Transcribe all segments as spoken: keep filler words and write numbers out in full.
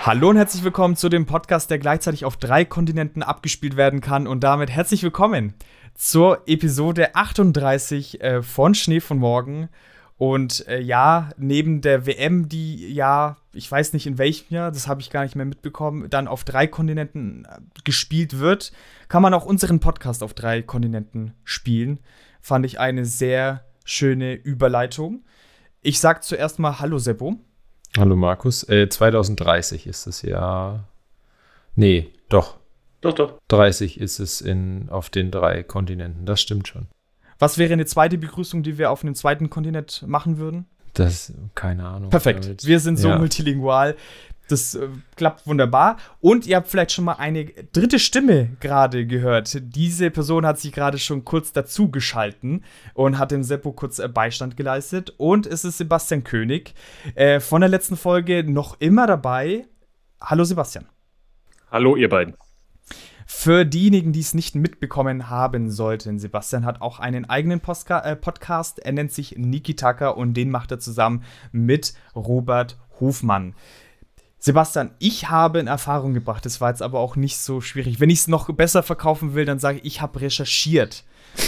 Hallo und herzlich willkommen zu dem Podcast, der gleichzeitig auf drei Kontinenten abgespielt werden kann. Und damit herzlich willkommen zur Episode achtunddreißig äh, von Schnee von Morgen. Und äh, ja, neben der W M, die ja, ich weiß nicht in welchem Jahr, das habe ich gar nicht mehr mitbekommen, dann auf drei Kontinenten äh, gespielt wird, kann man auch unseren Podcast auf drei Kontinenten spielen. Fand ich eine sehr schöne Überleitung. Ich sag zuerst mal Hallo Seppo. Hallo Markus. Äh, zwanzig dreißig ist es ja. Nee, doch. Doch, doch. dreißig ist es in, auf den drei Kontinenten. Das stimmt schon. Was wäre eine zweite Begrüßung, die wir auf einem zweiten Kontinent machen würden? Das, keine Ahnung. Perfekt. Wir sind so ja. multilingual. Das äh, klappt wunderbar. Und ihr habt vielleicht schon mal eine dritte Stimme gerade gehört. Diese Person hat sich gerade schon kurz dazu geschalten und hat dem Seppo kurz äh, Beistand geleistet. Und es ist Sebastian König äh, von der letzten Folge noch immer dabei. Hallo Sebastian. Hallo ihr beiden. Für diejenigen, die es nicht mitbekommen haben sollten, Sebastian hat auch einen eigenen Postka- äh, Podcast. Er nennt sich Niki Taka und den macht er zusammen mit Robert Hofmann. Sebastian, ich habe in Erfahrung gebracht, das war jetzt aber auch nicht so schwierig. Wenn ich es noch besser verkaufen will, dann sage ich, ich habe recherchiert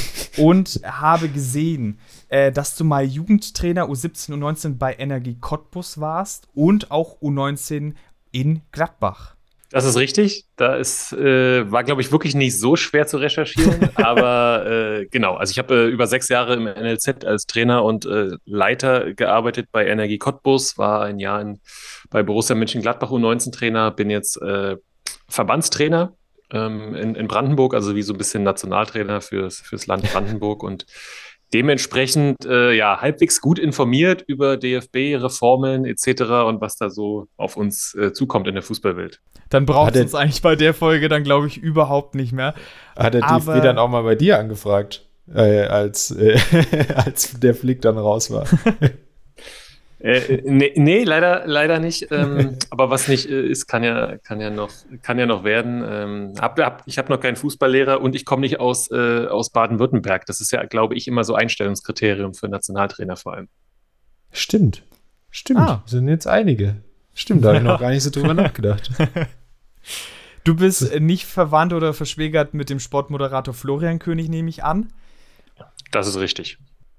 und habe gesehen, äh, dass du mal Jugendtrainer U siebzehn, U neunzehn bei Energie Cottbus warst und auch U neunzehn in Gladbach. Das ist richtig. Da ist, äh, war, glaube ich, wirklich nicht so schwer zu recherchieren. aber äh, genau, also ich habe äh, über sechs Jahre im N L Z als Trainer und äh, Leiter gearbeitet bei Energie Cottbus, war ein Jahr in, bei Borussia Mönchengladbach U neunzehn Trainer, bin jetzt äh, Verbandstrainer ähm, in, in Brandenburg, also wie so ein bisschen Nationaltrainer fürs, fürs Land Brandenburg und dementsprechend äh, ja halbwegs gut informiert über D F B-Reformen et cetera und was da so auf uns äh, zukommt in der Fußballwelt. Dann braucht es uns eigentlich bei der Folge dann, glaube ich, überhaupt nicht mehr. Hat der D F B dann auch mal bei dir angefragt, äh, als, äh, als der Flick dann raus war? Äh, nee, nee, leider, leider nicht. Ähm, aber was nicht äh, ist, kann ja, kann ja noch, kann ja noch werden. Ähm, hab, hab, ich habe noch keinen Fußballlehrer und ich komme nicht aus, äh, aus Baden-Württemberg. Das ist ja, glaube ich, immer so Einstellungskriterium für Nationaltrainer vor allem. Stimmt. Stimmt. Ah. Sind jetzt einige. Stimmt, da habe ich noch gar nicht so drüber nachgedacht. Du bist nicht verwandt oder verschwägert mit dem Sportmoderator Florian König, nehme ich an. Das ist richtig.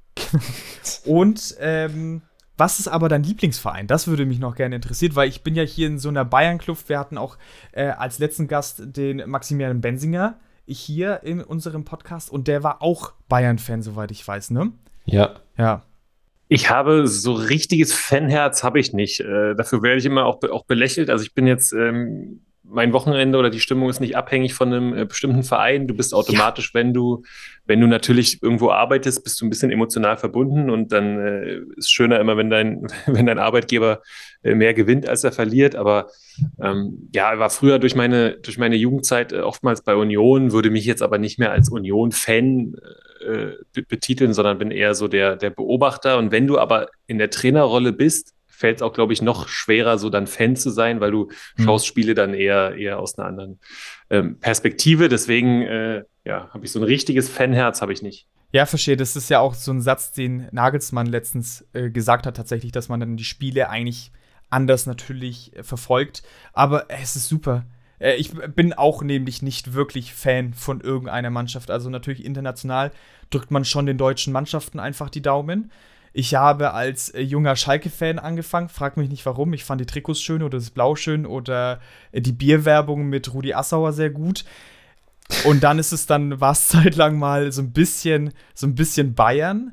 Und ähm, was ist aber dein Lieblingsverein? Das würde mich noch gerne interessieren, weil ich bin ja hier in so einer Bayern-Kluft. Wir hatten auch äh, als letzten Gast den Maximilian Bensinger hier in unserem Podcast und der war auch Bayern-Fan, soweit ich weiß, ne? Ja. Ja. Ich habe so richtiges Fanherz habe ich nicht. Äh, dafür werde ich immer auch, be- auch belächelt. Also ich bin jetzt, ähm, mein Wochenende oder die Stimmung ist nicht abhängig von einem äh, bestimmten Verein. Du bist automatisch, wenn du, wenn du natürlich irgendwo arbeitest, bist du ein bisschen emotional verbunden und dann äh, ist schöner immer, wenn dein, wenn dein Arbeitgeber äh, mehr gewinnt, als er verliert. Aber ähm, ja, er war früher durch meine, durch meine Jugendzeit äh, oftmals bei Union, würde mich jetzt aber nicht mehr als Union-Fan äh, be- betiteln, sondern bin eher so der, der Beobachter. Und wenn du aber in der Trainerrolle bist, fällt es auch, glaube ich, noch schwerer, so dann Fan zu sein, weil du Mhm. schaust Spiele dann eher, eher aus einer anderen ähm, Perspektive. Deswegen äh, ja, habe ich so ein richtiges Fanherz, habe ich nicht. Ja, verstehe. Das ist ja auch so ein Satz, den Nagelsmann letztens äh, gesagt hat, tatsächlich, dass man dann die Spiele eigentlich anders natürlich äh, verfolgt. Aber äh, es ist super. Äh, ich bin auch nämlich nicht wirklich Fan von irgendeiner Mannschaft. Also natürlich international drückt man schon den deutschen Mannschaften einfach die Daumen. Ich habe als äh, junger Schalke-Fan angefangen. Frag mich nicht warum. Ich fand die Trikots schön oder das Blau schön oder äh, die Bierwerbung mit Rudi Assauer sehr gut. Und dann ist es dann, war es zeitlang mal so ein bisschen, so ein bisschen Bayern.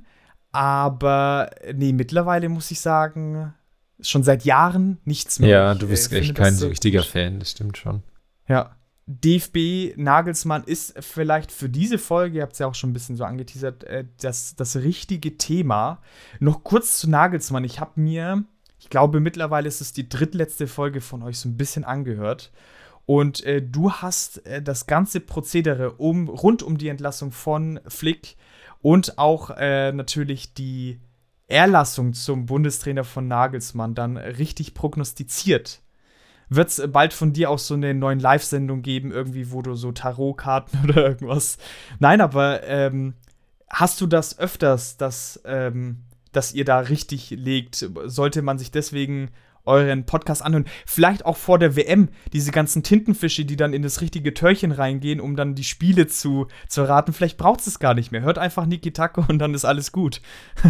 Aber nee, mittlerweile muss ich sagen, schon seit Jahren nichts mehr. Ja, Ich, du bist äh, echt finde kein das so sehr richtiger gut. Fan, das stimmt schon. Ja. D F B Nagelsmann ist vielleicht für diese Folge, ihr habt es ja auch schon ein bisschen so angeteasert, äh, das, das richtige Thema. Noch kurz zu Nagelsmann. Ich habe mir, ich glaube mittlerweile ist es die drittletzte Folge von euch so ein bisschen angehört. Und äh, du hast äh, das ganze Prozedere um, rund um die Entlassung von Flick und auch äh, natürlich die Erlassung zum Bundestrainer von Nagelsmann dann richtig prognostiziert. Wird es bald von dir auch so eine neue Live-Sendung geben, irgendwie, wo du so Tarotkarten oder irgendwas. Nein, aber ähm, hast du das öfters, dass, ähm, dass ihr da richtig legt? Sollte man sich deswegen euren Podcast anhören. Vielleicht auch vor der W M, diese ganzen Tintenfische, die dann in das richtige Törchen reingehen, um dann die Spiele zu, zu raten. Vielleicht braucht es gar nicht mehr. Hört einfach Niki Taco und dann ist alles gut.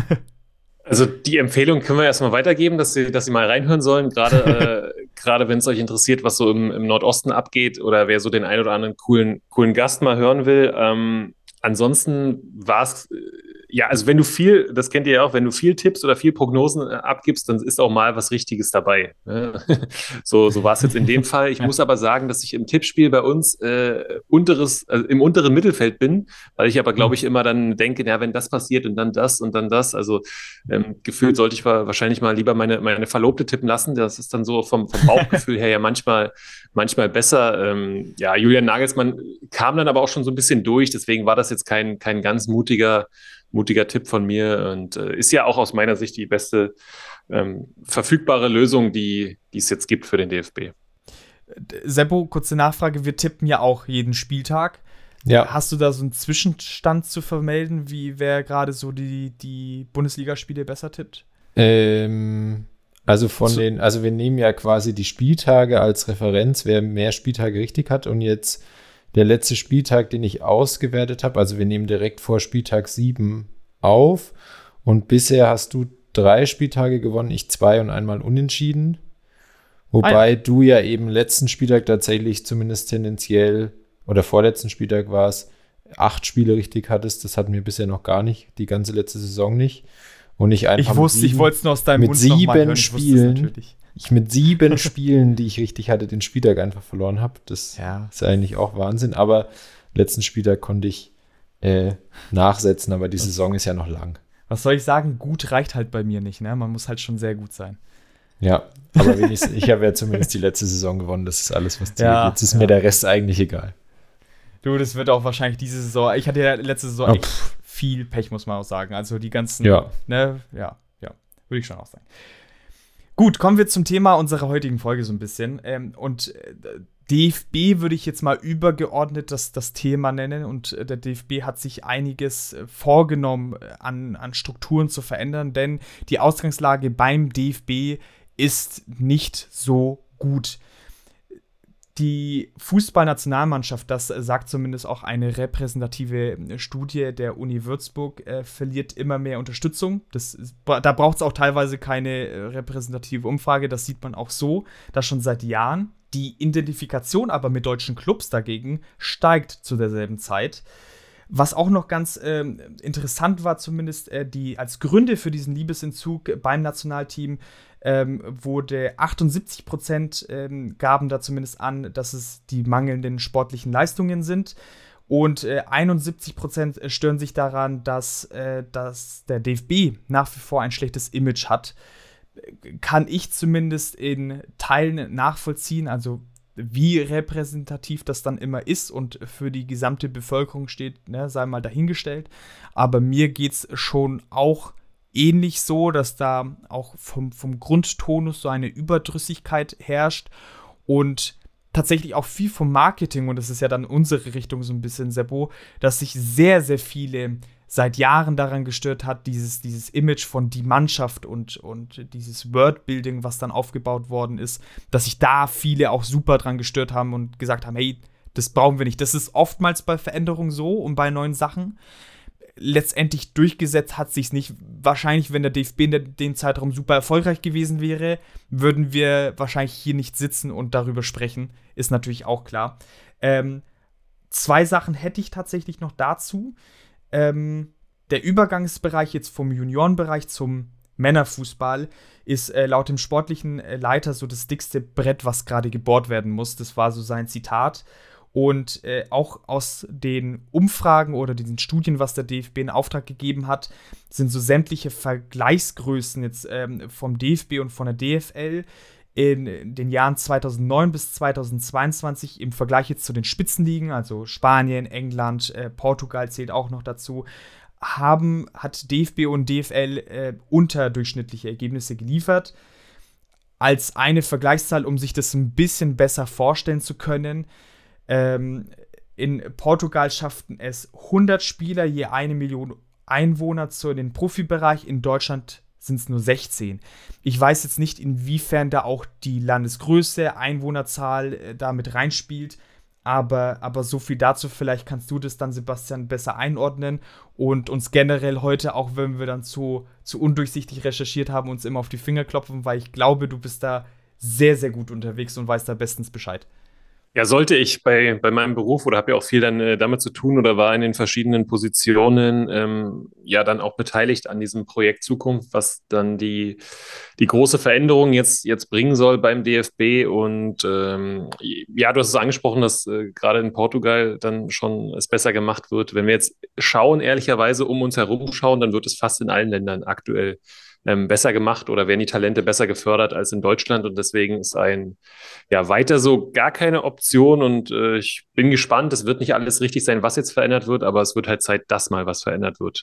Also die Empfehlung können wir erstmal weitergeben, dass Sie, dass Sie mal reinhören sollen, gerade äh, gerade wenn es euch interessiert, was so im, im Nordosten abgeht oder wer so den einen oder anderen coolen, coolen Gast mal hören will. Ähm, ansonsten war es, ja, also wenn du viel, das kennt ihr ja auch, wenn du viel Tipps oder viel Prognosen äh, abgibst, dann ist auch mal was Richtiges dabei. Ne? so so war es jetzt in dem Fall. Ich muss aber sagen, dass ich im Tippspiel bei uns äh, unteres, also im unteren Mittelfeld bin, weil ich aber, glaube ich, immer dann denke, ja, wenn das passiert und dann das und dann das, also ähm, gefühlt sollte ich wahrscheinlich mal lieber meine, meine Verlobte tippen lassen. Das ist dann so vom, vom Bauchgefühl her ja manchmal, manchmal besser. Ähm, ja, Julian Nagelsmann kam dann aber auch schon so ein bisschen durch, deswegen war das jetzt kein, kein ganz mutiger mutiger Tipp von mir und äh, ist ja auch aus meiner Sicht die beste ähm, verfügbare Lösung, die die es jetzt gibt für den D F B. Seppo, kurze Nachfrage, wir tippen ja auch jeden Spieltag. Ja. Hast du da so einen Zwischenstand zu vermelden, wie wer gerade so die, die Bundesligaspiele besser tippt? Ähm, also von So- den, also wir nehmen ja quasi die Spieltage als Referenz, wer mehr Spieltage richtig hat und jetzt der letzte Spieltag, den ich ausgewertet habe, also wir nehmen direkt vor Spieltag sieben auf und bisher hast du drei Spieltage gewonnen, ich zwei und einmal unentschieden. Wobei Ah ja. du ja eben letzten Spieltag tatsächlich zumindest tendenziell oder vorletzten Spieltag war es, acht Spiele richtig hattest. Das hatten wir bisher noch gar nicht, die ganze letzte Saison nicht. Und ich einfach Ich wusste, mit ich sieben, wollte es nur aus deinem mit Mund noch mal sieben hören. Ich wusste es Spielen natürlich. ich mit sieben Spielen, die ich richtig hatte, den Spieltag einfach verloren habe. Das Ja. ist eigentlich auch Wahnsinn. Aber letzten Spieltag konnte ich äh, nachsetzen, aber die Saison ist ja noch lang. Was soll ich sagen? Gut reicht halt bei mir nicht, ne? Man muss halt schon sehr gut sein. Ja, aber wenigstens, ich habe ja zumindest die letzte Saison gewonnen. Das ist alles, was zählt. Ja, Jetzt ist ja. mir der Rest eigentlich egal. Du, das wird auch wahrscheinlich diese Saison. Ich hatte ja letzte Saison Oh, echt viel Pech, muss man auch sagen. Also die ganzen, Ja. ne, ja, ja, würde ich schon auch sagen. Gut, kommen wir zum Thema unserer heutigen Folge so ein bisschen. Ähm, und äh, D F B würde ich jetzt mal übergeordnet das, das Thema nennen. Und äh, der D F B hat sich einiges äh, vorgenommen, äh, an, an Strukturen zu verändern, denn die Ausgangslage beim D F B ist nicht so gut. Die Fußballnationalmannschaft, das äh, sagt zumindest auch eine repräsentative äh, Studie der Uni Würzburg, äh, verliert immer mehr Unterstützung. Das ist, da braucht es auch teilweise keine äh, repräsentative Umfrage, das sieht man auch so, dass schon seit Jahren. Die Identifikation aber mit deutschen Clubs dagegen steigt zu derselben Zeit. Was auch noch ganz ähm, interessant war, zumindest äh, die als Gründe für diesen Liebesentzug beim Nationalteam ähm, wurde achtundsiebzig Prozent ähm, gaben da zumindest an, dass es die mangelnden sportlichen Leistungen sind. Und äh, einundsiebzig Prozent stören sich daran, dass, äh, dass der D F B nach wie vor ein schlechtes Image hat. Kann ich zumindest in Teilen nachvollziehen, also wie repräsentativ das dann immer ist und für die gesamte Bevölkerung steht, ne, sei mal dahingestellt. Aber mir geht es schon auch ähnlich so, dass da auch vom, vom Grundtonus so eine Überdrüssigkeit herrscht und tatsächlich auch viel vom Marketing, und das ist ja dann unsere Richtung so ein bisschen, Seppo, dass sich sehr, sehr viele seit Jahren daran gestört hat, dieses, dieses Image von die Mannschaft und, und dieses Wordbuilding, was dann aufgebaut worden ist, dass sich da viele auch super dran gestört haben und gesagt haben, hey, das brauchen wir nicht. Das ist oftmals bei Veränderungen so und bei neuen Sachen. Letztendlich durchgesetzt hat sich's nicht. Wahrscheinlich, wenn der D F B in dem Zeitraum super erfolgreich gewesen wäre, würden wir wahrscheinlich hier nicht sitzen und darüber sprechen. Ist natürlich auch klar. Ähm, zwei Sachen hätte ich tatsächlich noch dazu. Ähm, der Übergangsbereich jetzt vom Juniorenbereich zum Männerfußball ist äh, laut dem sportlichen äh, Leiter so das dickste Brett, was gerade gebohrt werden muss. Das war so sein Zitat. Und äh, auch aus den Umfragen oder diesen Studien, was der D F B in Auftrag gegeben hat, sind so sämtliche Vergleichsgrößen jetzt ähm, vom D F B und von der D F L in den Jahren zweitausendneun bis zweitausendzweiundzwanzig im Vergleich jetzt zu den Spitzenligen, also Spanien, England, äh, Portugal zählt auch noch dazu, haben, hat D F B und D F L äh, unterdurchschnittliche Ergebnisse geliefert. Als eine Vergleichszahl, um sich das ein bisschen besser vorstellen zu können, ähm, in Portugal schafften es hundert Spieler je eine Million Einwohner zu den Profibereich, in Deutschland sind es nur sechzehn. Ich weiß jetzt nicht, inwiefern da auch die Landesgröße, Einwohnerzahl äh, da mit reinspielt, aber, aber so viel dazu. Vielleicht kannst du das dann, Sebastian, besser einordnen und uns generell heute, auch wenn wir dann zu, zu undurchsichtig recherchiert haben, uns immer auf die Finger klopfen, weil ich glaube, du bist da sehr, sehr gut unterwegs und weißt da bestens Bescheid. Ja, sollte ich bei, bei meinem Beruf oder habe ja auch viel dann äh, damit zu tun oder war in den verschiedenen Positionen ähm, ja dann auch beteiligt an diesem Projekt Zukunft, was dann die, die große Veränderung jetzt, jetzt bringen soll beim D F B. Und ähm, ja, du hast es angesprochen, dass äh, gerade in Portugal dann schon es besser gemacht wird. Wenn wir jetzt schauen, ehrlicherweise um uns herum schauen, dann wird es fast in allen Ländern aktuell ähm, besser gemacht oder werden die Talente besser gefördert als in Deutschland. Und deswegen ist ein ja, weiter so gar keine Option und äh, ich bin gespannt. Es wird nicht alles richtig sein, was jetzt verändert wird, aber es wird halt Zeit, dass mal was verändert wird.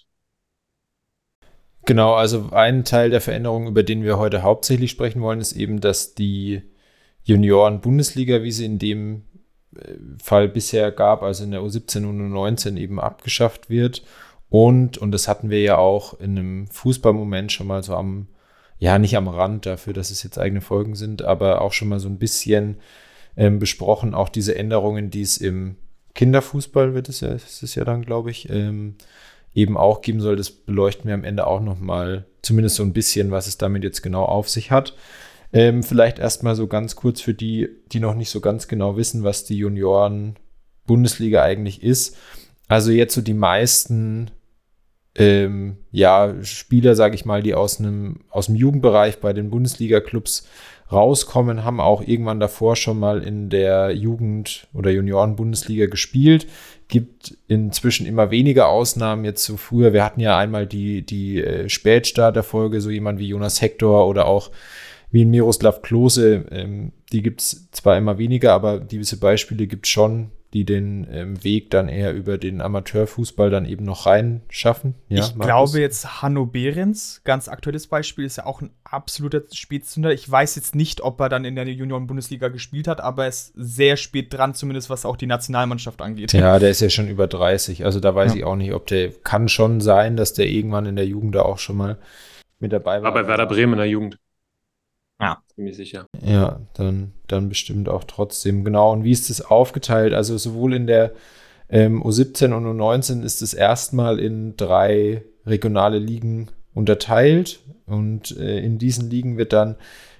Genau, also ein Teil der Veränderung, über den wir heute hauptsächlich sprechen wollen, ist eben, dass die Junioren-Bundesliga, wie sie in dem Fall bisher gab, also in der U siebzehn und U neunzehn eben abgeschafft wird. Und, und das hatten wir ja auch in einem Fußballmoment schon mal so am ja, nicht am Rand dafür, dass es jetzt eigene Folgen sind, aber auch schon mal so ein bisschen ähm, besprochen, auch diese Änderungen, die es im Kinderfußball, wird es ja, ist es ja dann, glaube ich, ähm, eben auch geben soll. Das beleuchten wir am Ende auch noch mal, zumindest so ein bisschen, was es damit jetzt genau auf sich hat. Ähm, vielleicht erstmal so ganz kurz für die, die noch nicht so ganz genau wissen, was die Junioren-Bundesliga eigentlich ist. Also jetzt so die meisten Ähm, ja, Spieler, sage ich mal, die aus einem aus dem Jugendbereich bei den Bundesliga-Clubs rauskommen, haben auch irgendwann davor schon mal in der Jugend- oder Junioren-Bundesliga gespielt. Gibt inzwischen immer weniger Ausnahmen jetzt so früher. Wir hatten ja einmal die, die äh, Spätstarterfolge, so jemand wie Jonas Hector oder auch wie Miroslav Klose. Ähm, die gibt es zwar immer weniger, aber diese Beispiele gibt es schon, die den ähm, Weg dann eher über den Amateurfußball dann eben noch reinschaffen. Ja, ich glaube jetzt Hanno Behrens, ganz aktuelles Beispiel, ist ja auch ein absoluter Spätzünder. Ich weiß jetzt nicht, ob er dann in der Junioren-Bundesliga gespielt hat, aber er ist sehr spät dran, zumindest was auch die Nationalmannschaft angeht. Ja, der ist ja schon über dreißig, also da weiß ja. ich auch nicht, ob der, kann schon sein, dass der irgendwann in der Jugend da auch schon mal mit dabei war. War bei Werder Bremen in der Jugend. Ja. Ziemlich sicher. Ja, dann, dann bestimmt auch trotzdem. Genau, und wie ist das aufgeteilt? Also sowohl in der ähm, U siebzehn und U neunzehn ist es erstmal in drei regionale Ligen unterteilt und äh, in diesen Ligen wird dann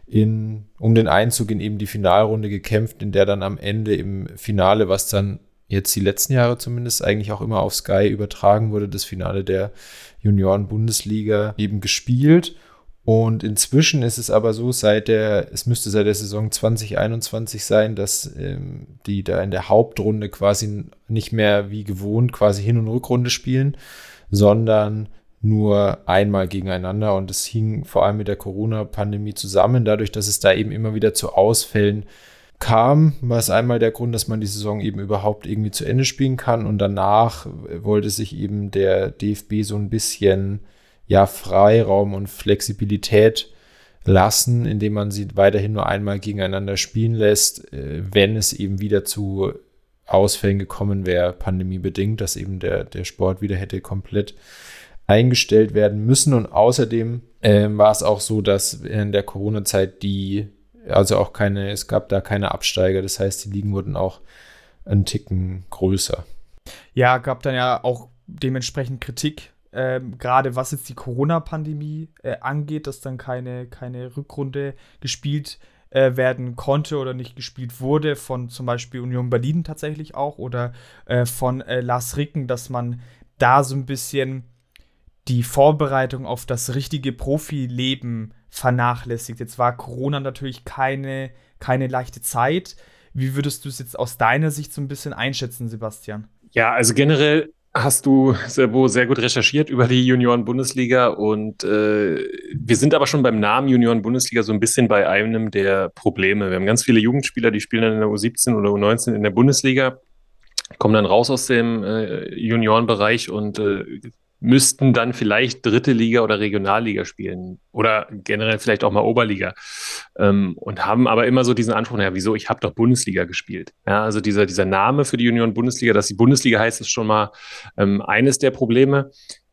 in, um den Einzug in eben die Finalrunde gekämpft, in der dann am Ende im Finale, was dann jetzt die letzten Jahre zumindest eigentlich auch immer auf Sky übertragen wurde, das Finale der Junioren-Bundesliga eben gespielt. Und inzwischen ist es aber so, seit der, es müsste seit der Saison zwanzig einundzwanzig sein, dass ähm, die da in der Hauptrunde quasi nicht mehr wie gewohnt quasi Hin- und Rückrunde spielen, sondern nur einmal gegeneinander. Und es hing vor allem mit der Corona-Pandemie zusammen, dadurch, dass es da eben immer wieder zu Ausfällen kam, war es einmal der Grund, dass man die Saison eben überhaupt irgendwie zu Ende spielen kann. Und danach wollte sich eben der D F B so ein bisschen ja, Freiraum und Flexibilität lassen, indem man sie weiterhin nur einmal gegeneinander spielen lässt, wenn es eben wieder zu Ausfällen gekommen wäre, pandemiebedingt, dass eben der, der Sport wieder hätte komplett eingestellt werden müssen. Und außerdem äh, war es auch so, dass in der Corona-Zeit die, also auch keine, es gab da keine Absteiger, das heißt, die Ligen wurden auch einen Ticken größer. Ja, gab dann ja auch dementsprechend Kritik, Ähm, gerade was jetzt die Corona-Pandemie äh, angeht, dass dann keine, keine Rückrunde gespielt äh, werden konnte oder nicht gespielt wurde, von zum Beispiel Union Berlin tatsächlich auch oder äh, von äh, Lars Ricken, dass man da so ein bisschen die Vorbereitung auf das richtige Profileben vernachlässigt. Jetzt war Corona natürlich keine, keine leichte Zeit. Wie würdest du es jetzt aus deiner Sicht so ein bisschen einschätzen, Sebastian? Ja, also generell hast du, Serbo, sehr gut recherchiert über die Junioren-Bundesliga und äh, wir sind aber schon beim Namen Junioren-Bundesliga so ein bisschen bei einem der Probleme. Wir haben ganz viele Jugendspieler, die spielen dann in der U siebzehn oder U neunzehn in der Bundesliga, kommen dann raus aus dem äh, Juniorenbereich und äh, müssten dann vielleicht dritte Liga oder Regionalliga spielen oder generell vielleicht auch mal Oberliga ähm, und haben aber immer so diesen Anspruch, naja, wieso, ich habe doch Bundesliga gespielt. Ja, also dieser, dieser Name für die Junioren-Bundesliga, dass die Bundesliga heißt, ist schon mal ähm, eines der Probleme.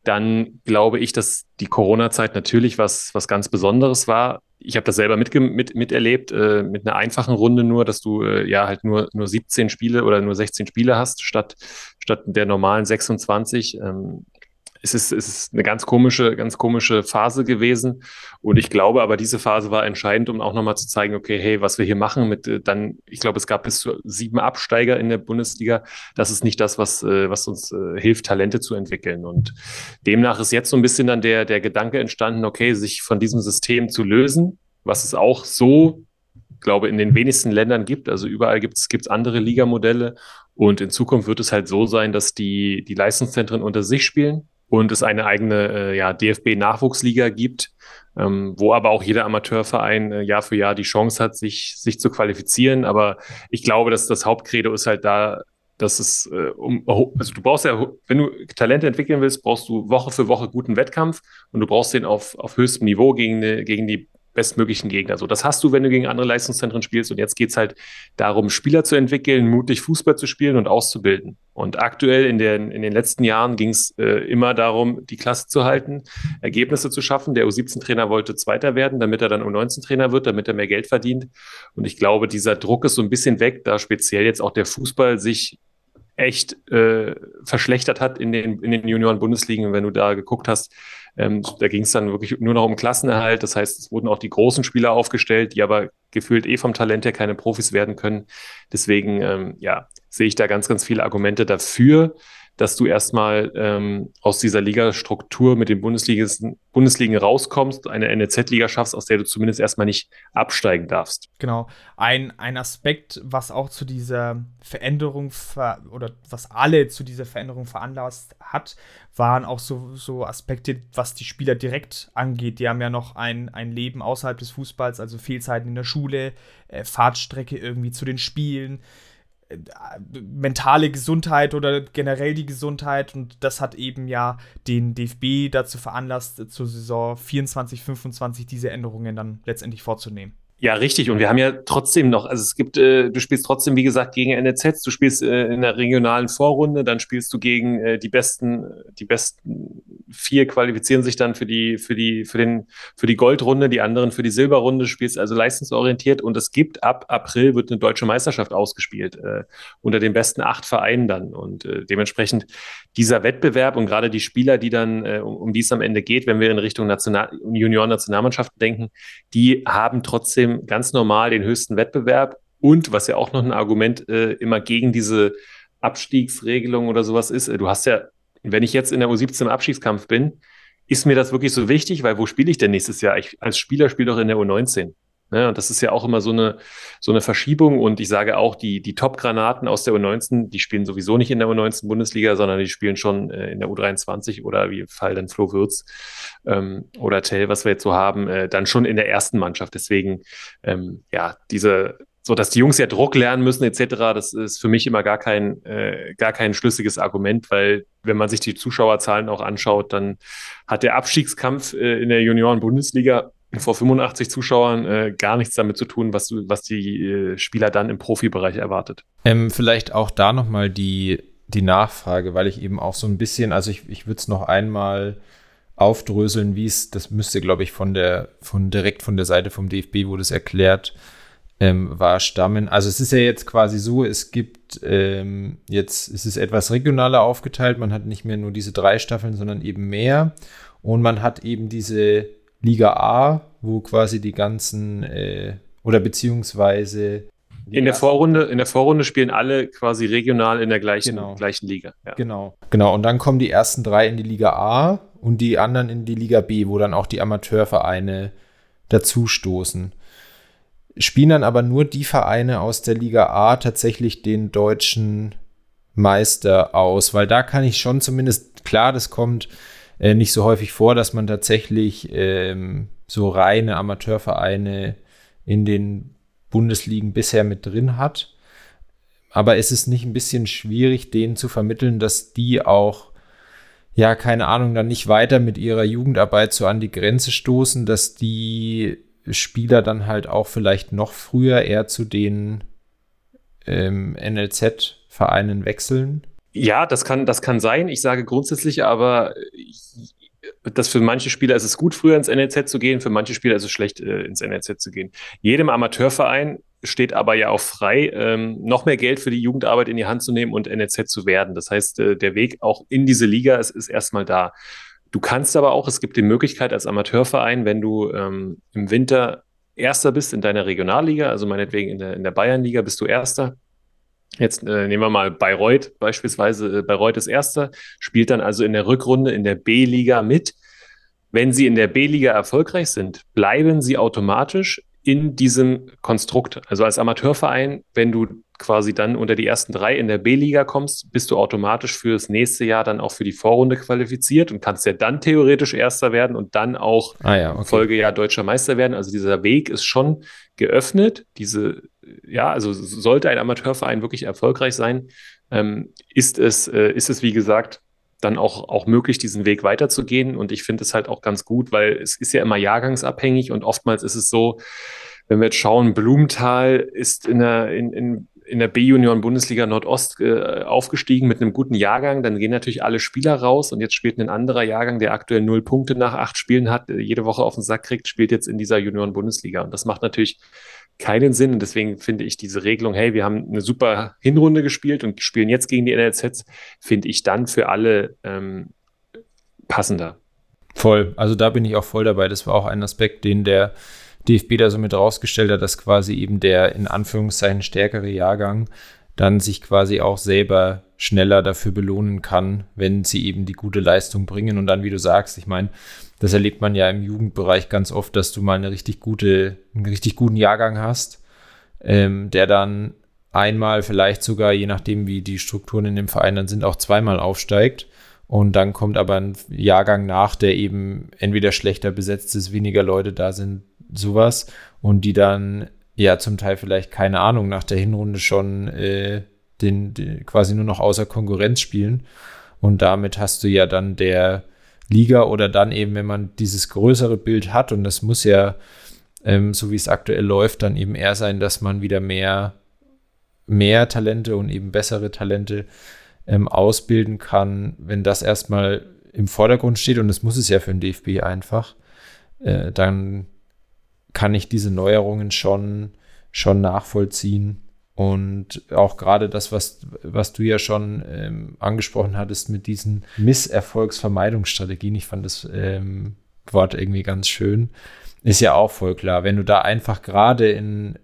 dann glaube ich, dass die Corona-Zeit natürlich was, was ganz Besonderes war. Ich habe das selber mitge mit, miterlebt, äh, mit einer einfachen Runde nur, dass du äh, ja halt nur, nur siebzehn Spiele oder nur sechzehn Spiele hast, statt, statt der normalen sechsundzwanzig. Ähm, es ist, es ist eine ganz komische, ganz komische Phase gewesen. Und ich glaube aber, diese Phase war entscheidend, um auch nochmal zu zeigen, okay, hey, was wir hier machen mit äh, dann, ich glaube, es gab bis zu sieben Absteiger in der Bundesliga. Das ist nicht das, was, äh, was uns äh, hilft, Talente zu entwickeln. Und demnach ist jetzt so ein bisschen dann der, der Gedanke entstanden, okay, sich von diesem System zu lösen, was es auch so, glaube in den wenigsten Ländern gibt. Also überall gibt es andere Ligamodelle. Und in Zukunft wird es halt so sein, dass die, die Leistungszentren unter sich spielen und es eine eigene äh, ja, D F B-Nachwuchsliga gibt, ähm, wo aber auch jeder Amateurverein äh, Jahr für Jahr die Chance hat, sich, sich zu qualifizieren. Aber ich glaube, dass das Hauptcredo ist halt da, dass es äh, um, also du brauchst ja, wenn du Talente entwickeln willst, brauchst du Woche für Woche guten Wettkampf und du brauchst den auf, auf höchstem Niveau gegen, die, gegen die bestmöglichen Gegner. So, das hast du, wenn du gegen andere Leistungszentren spielst. Und jetzt geht es halt darum, Spieler zu entwickeln, mutig Fußball zu spielen und auszubilden. Und aktuell in, der, in den letzten Jahren ging es äh, immer darum, die Klasse zu halten, Ergebnisse zu schaffen. Der U siebzehn-Trainer wollte Zweiter werden, damit er dann U neunzehn-Trainer wird, damit er mehr Geld verdient. Und ich glaube, dieser Druck ist so ein bisschen weg, da speziell jetzt auch der Fußball sich echt äh, verschlechtert hat in den, in den Junioren-Bundesligen. Und wenn du da geguckt hast, ähm, da ging es dann wirklich nur noch um Klassenerhalt. Das heißt, es wurden auch die großen Spieler aufgestellt, die aber gefühlt eh vom Talent her keine Profis werden können. Deswegen, ähm, ja, sehe ich da ganz, ganz viele Argumente dafür, dass du erstmal ähm, aus dieser Ligastruktur mit den Bundesligisten, Bundesligen rauskommst, eine N L Z-Liga schaffst, aus der du zumindest erstmal nicht absteigen darfst. Genau. Ein, ein Aspekt, was auch zu dieser Veränderung ver oder was alle zu dieser Veränderung veranlasst hat, waren auch so, so Aspekte, was die Spieler direkt angeht. Die haben ja noch ein, ein Leben außerhalb des Fußballs, also Fehlzeiten in der Schule, äh, Fahrtstrecke irgendwie zu den Spielen, mentale Gesundheit oder generell die Gesundheit, und das hat eben ja den D F B dazu veranlasst, zur Saison vierundzwanzig fünfundzwanzig diese Änderungen dann letztendlich vorzunehmen. Ja, richtig. Und wir haben ja trotzdem noch, also es gibt, äh, du spielst trotzdem, wie gesagt, gegen N L Zs, du spielst äh, in der regionalen Vorrunde, dann spielst du gegen äh, die besten, die besten vier qualifizieren sich dann für die, für die, für den, für die Goldrunde, die anderen für die Silberrunde, spielst also leistungsorientiert, und es gibt ab April wird eine deutsche Meisterschaft ausgespielt, äh, unter den besten acht Vereinen dann. Und äh, dementsprechend dieser Wettbewerb und gerade die Spieler, die dann, äh, um, um die es am Ende geht, wenn wir in Richtung National Junioren-Nationalmannschaften denken, die haben trotzdem ganz normal den höchsten Wettbewerb, und was ja auch noch ein Argument äh, immer gegen diese Abstiegsregelung oder sowas ist, äh, du hast ja, wenn ich jetzt in der U siebzehn im Abstiegskampf bin, ist mir das wirklich so wichtig, weil wo spiele ich denn nächstes Jahr? Ich als Spieler spiele doch in der U neunzehn. Ne? Und das ist ja auch immer so eine, so eine Verschiebung, und ich sage auch, die, die Top-Granaten aus der U neunzehn, die spielen sowieso nicht in der U neunzehn Bundesliga, sondern die spielen schon äh, in der U dreiundzwanzig oder wie im Fall dann Flo Würz ähm, oder Tell, was wir jetzt so haben, äh, dann schon in der ersten Mannschaft. Deswegen, ähm, ja, diese, so dass die Jungs ja Druck lernen müssen et cetera, das ist für mich immer gar kein, äh, gar kein schlüssiges Argument, weil wenn man sich die Zuschauerzahlen auch anschaut, dann hat der Abstiegskampf äh, in der Junioren-Bundesliga vor fünfundachtzig Zuschauern äh, gar nichts damit zu tun, was, was die äh, Spieler dann im Profibereich erwartet. Ähm, vielleicht auch da nochmal die, die Nachfrage, weil ich eben auch so ein bisschen, also ich, ich würde es noch einmal aufdröseln, wie es, das müsste, glaube ich, von der, von direkt von der Seite vom D F B, wo das erklärt ähm, war, stammen. Also es ist ja jetzt quasi so, es gibt ähm, jetzt, es ist etwas regionaler aufgeteilt, man hat nicht mehr nur diese drei Staffeln, sondern eben mehr, und man hat eben diese Liga A, wo quasi die ganzen äh, oder beziehungsweise in der Vorrunde, in der Vorrunde spielen alle quasi regional in der gleichen, genau. gleichen Liga. Ja. Genau. Genau. Und dann kommen die ersten drei in die Liga A und die anderen in die Liga B, wo dann auch die Amateurvereine dazustoßen. Spielen dann aber nur die Vereine aus der Liga A tatsächlich den deutschen Meister aus, weil da kann ich schon zumindest, klar, das kommt äh, nicht so häufig vor, dass man tatsächlich ähm, so reine Amateurvereine in den Bundesligen bisher mit drin hat. Aber ist es nicht ein bisschen schwierig, denen zu vermitteln, dass die auch, ja, keine Ahnung, dann nicht weiter mit ihrer Jugendarbeit so an die Grenze stoßen, dass die Spieler dann halt auch vielleicht noch früher eher zu den ähm, N L Z-Vereinen wechseln? Ja, das kann, das kann sein. Ich sage grundsätzlich aber, dass für manche Spieler ist es gut, früher ins N L Z zu gehen, für manche Spieler ist es schlecht, äh, ins N L Z zu gehen. Jedem Amateurverein steht aber ja auch frei, ähm, noch mehr Geld für die Jugendarbeit in die Hand zu nehmen und N L Z zu werden. Das heißt, äh, der Weg auch in diese Liga ist, ist erstmal da. Du kannst aber auch, es gibt die Möglichkeit als Amateurverein, wenn du ähm, im Winter Erster bist in deiner Regionalliga, also meinetwegen in der, in der Bayernliga bist du Erster. Jetzt äh, nehmen wir mal Bayreuth beispielsweise. Äh, Bayreuth ist Erster, spielt dann also in der Rückrunde in der B-Liga mit. Wenn sie in der B-Liga erfolgreich sind, bleiben sie automatisch in diesem Konstrukt. Also als Amateurverein, wenn du quasi dann unter die ersten drei in der B-Liga kommst, bist du automatisch fürs nächste Jahr dann auch für die Vorrunde qualifiziert und kannst ja dann theoretisch Erster werden und dann auch Ah ja, im okay. Folgejahr Deutscher Meister werden. Also dieser Weg ist schon geöffnet. Diese, ja, also sollte ein Amateurverein wirklich erfolgreich sein, ähm, ist es, äh, ist es wie gesagt dann auch, auch möglich, diesen Weg weiterzugehen. Und ich finde es halt auch ganz gut, weil es ist ja immer jahrgangsabhängig und oftmals ist es so, wenn wir jetzt schauen, Blumenthal ist in der, in, in, in der B-Junioren-Bundesliga Nordost äh, aufgestiegen mit einem guten Jahrgang, dann gehen natürlich alle Spieler raus und jetzt spielt ein anderer Jahrgang, der aktuell null Punkte nach acht Spielen hat, äh, jede Woche auf den Sack kriegt, spielt jetzt in dieser Junioren-Bundesliga. Und das macht natürlich keinen Sinn. Und deswegen finde ich diese Regelung, hey, wir haben eine super Hinrunde gespielt und spielen jetzt gegen die N L Zs, finde ich dann für alle ähm, passender. Voll. Also da bin ich auch voll dabei. Das war auch ein Aspekt, den der D F B da so mit rausgestellt hat, dass quasi eben der in Anführungszeichen stärkere Jahrgang dann sich quasi auch selber schneller dafür belohnen kann, wenn sie eben die gute Leistung bringen. Und dann, wie du sagst, ich meine, das erlebt man ja im Jugendbereich ganz oft, dass du mal eine richtig gute, einen richtig guten Jahrgang hast, ähm, der dann einmal vielleicht sogar, je nachdem wie die Strukturen in dem Verein dann sind, auch zweimal aufsteigt. Und dann kommt aber ein Jahrgang nach, der eben entweder schlechter besetzt ist, weniger Leute da sind, sowas. Und die dann ja zum Teil vielleicht, keine Ahnung, nach der Hinrunde schon äh, den, den quasi nur noch außer Konkurrenz spielen. Und damit hast du ja dann der Liga oder dann eben, wenn man dieses größere Bild hat, und das muss ja, ähm, so wie es aktuell läuft, dann eben eher sein, dass man wieder mehr, mehr Talente und eben bessere Talente ähm, ausbilden kann, wenn das erstmal im Vordergrund steht, und das muss es ja für den D F B einfach, äh, dann kann ich diese Neuerungen schon, schon nachvollziehen. Und auch gerade das, was, was du ja schon ähm, angesprochen hattest mit diesen Misserfolgsvermeidungsstrategien, ich fand das ähm, Wort irgendwie ganz schön, ist ja auch voll klar. Wenn du da einfach gerade in,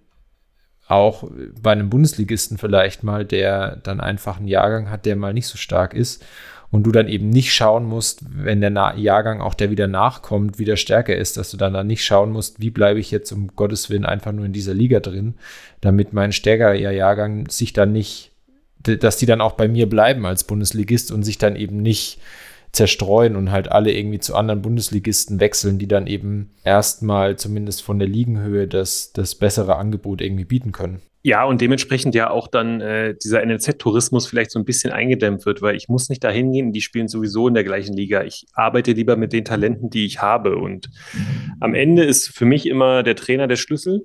auch bei einem Bundesligisten vielleicht mal, der dann einfach einen Jahrgang hat, der mal nicht so stark ist, und du dann eben nicht schauen musst, wenn der Na- Jahrgang auch, der wieder nachkommt, wieder stärker ist, dass du dann, dann nicht schauen musst, wie bleibe ich jetzt um Gottes Willen einfach nur in dieser Liga drin, damit mein stärkerer Jahrgang sich dann nicht, dass die dann auch bei mir bleiben als Bundesligist und sich dann eben nicht zerstreuen und halt alle irgendwie zu anderen Bundesligisten wechseln, die dann eben erstmal zumindest von der Ligenhöhe das, das bessere Angebot irgendwie bieten können. Ja, und dementsprechend ja auch dann äh, dieser N L Z-Tourismus vielleicht so ein bisschen eingedämmt wird, weil ich muss nicht da hingehen, die spielen sowieso in der gleichen Liga. Ich arbeite lieber mit den Talenten, die ich habe. Und am Ende ist für mich immer der Trainer der Schlüssel.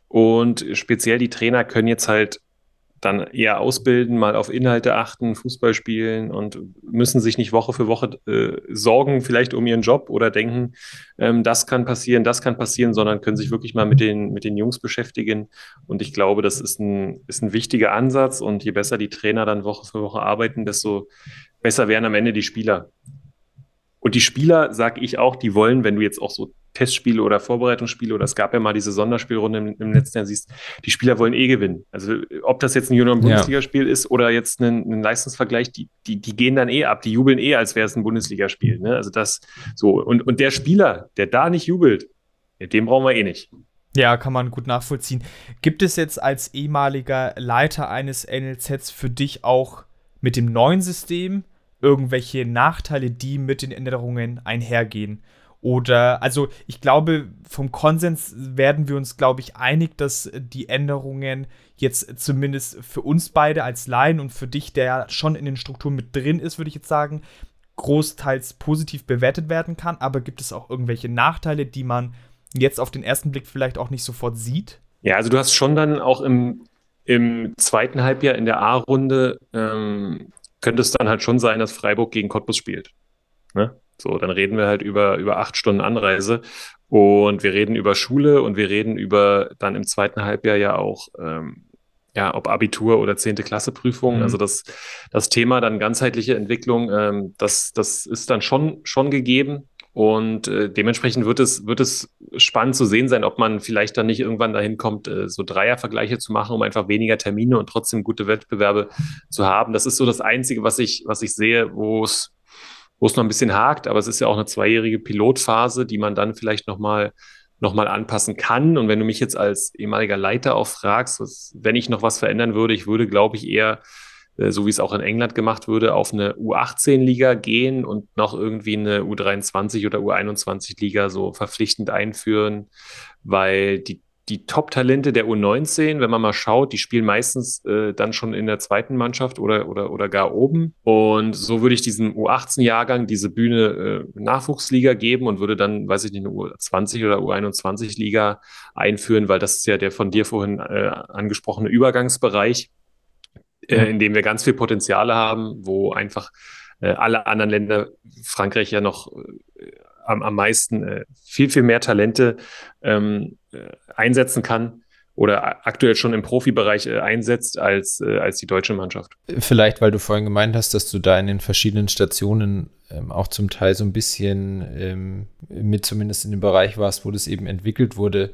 Und speziell die Trainer können jetzt halt dann eher ausbilden, mal auf Inhalte achten, Fußball spielen und müssen sich nicht Woche für Woche äh, sorgen, vielleicht um ihren Job oder denken, ähm, das kann passieren, das kann passieren, sondern können sich wirklich mal mit den, mit den Jungs beschäftigen. Und ich glaube, das ist ein, ist ein wichtiger Ansatz. Und je besser die Trainer dann Woche für Woche arbeiten, desto besser werden am Ende die Spieler. Und die Spieler, sage ich auch, die wollen, wenn du jetzt auch so Testspiele oder Vorbereitungsspiele, oder es gab ja mal diese Sonderspielrunde im, im letzten Jahr, siehst, die Spieler wollen eh gewinnen. Also ob das jetzt ein Junioren-Bundesligaspiel ja. ist oder jetzt ein, ein Leistungsvergleich, die, die, die gehen dann eh ab, die jubeln eh, als wäre es ein Bundesligaspiel. Ne? Also das so. Und, und der Spieler, der da nicht jubelt, den brauchen wir eh nicht. Ja, kann man gut nachvollziehen. Gibt es jetzt als ehemaliger Leiter eines N L Zs für dich auch mit dem neuen System irgendwelche Nachteile, die mit den Änderungen einhergehen? Oder, also ich glaube, vom Konsens werden wir uns, glaube ich, einig, dass die Änderungen jetzt zumindest für uns beide als Laien und für dich, der ja schon in den Strukturen mit drin ist, würde ich jetzt sagen, großteils positiv bewertet werden kann. Aber gibt es auch irgendwelche Nachteile, die man jetzt auf den ersten Blick vielleicht auch nicht sofort sieht? Ja, also du hast schon dann auch im, im zweiten Halbjahr in der A-Runde ähm, könnte es dann halt schon sein, dass Freiburg gegen Cottbus spielt. Ne? So, dann reden wir halt über, über acht Stunden Anreise und wir reden über Schule und wir reden über dann im zweiten Halbjahr ja auch, ähm, ja, ob Abitur oder zehnte Klasse Prüfung. Mhm. Also das, das Thema dann ganzheitliche Entwicklung, ähm, das, das ist dann schon, schon gegeben. Und äh, dementsprechend wird es, wird es spannend zu sehen sein, ob man vielleicht dann nicht irgendwann dahin kommt, äh, so Dreiervergleiche zu machen, um einfach weniger Termine und trotzdem gute Wettbewerbe zu haben. Das ist so das Einzige, was ich, was ich sehe, wo es, wo es noch ein bisschen hakt. Aber es ist ja auch eine zweijährige Pilotphase, die man dann vielleicht nochmal noch mal anpassen kann. Und wenn du mich jetzt als ehemaliger Leiter auch fragst, was, wenn ich noch was verändern würde, ich würde, glaube ich, eher so wie es auch in England gemacht würde, auf eine U achtzehn-Liga gehen und noch irgendwie eine U dreiundzwanzig- oder U einundzwanzig-Liga so verpflichtend einführen, weil die, die Top-Talente der U neunzehn, wenn man mal schaut, die spielen meistens äh, dann schon in der zweiten Mannschaft oder, oder, oder gar oben. Und so würde ich diesem U achtzehn-Jahrgang diese Bühne äh, Nachwuchsliga geben und würde dann, weiß ich nicht, eine U zwanzig- oder U einundzwanzig-Liga einführen, weil das ist ja der von dir vorhin äh, angesprochene Übergangsbereich, Äh, in dem wir ganz viel Potenziale haben, wo einfach äh, alle anderen Länder, Frankreich ja noch äh, am, am meisten äh, viel, viel mehr Talente ähm, äh, einsetzen kann oder aktuell schon im Profibereich äh, einsetzt als, äh, als die deutsche Mannschaft. Vielleicht, weil du vorhin gemeint hast, dass du da in den verschiedenen Stationen ähm, auch zum Teil so ein bisschen ähm, mit zumindest in dem Bereich warst, wo das eben entwickelt wurde.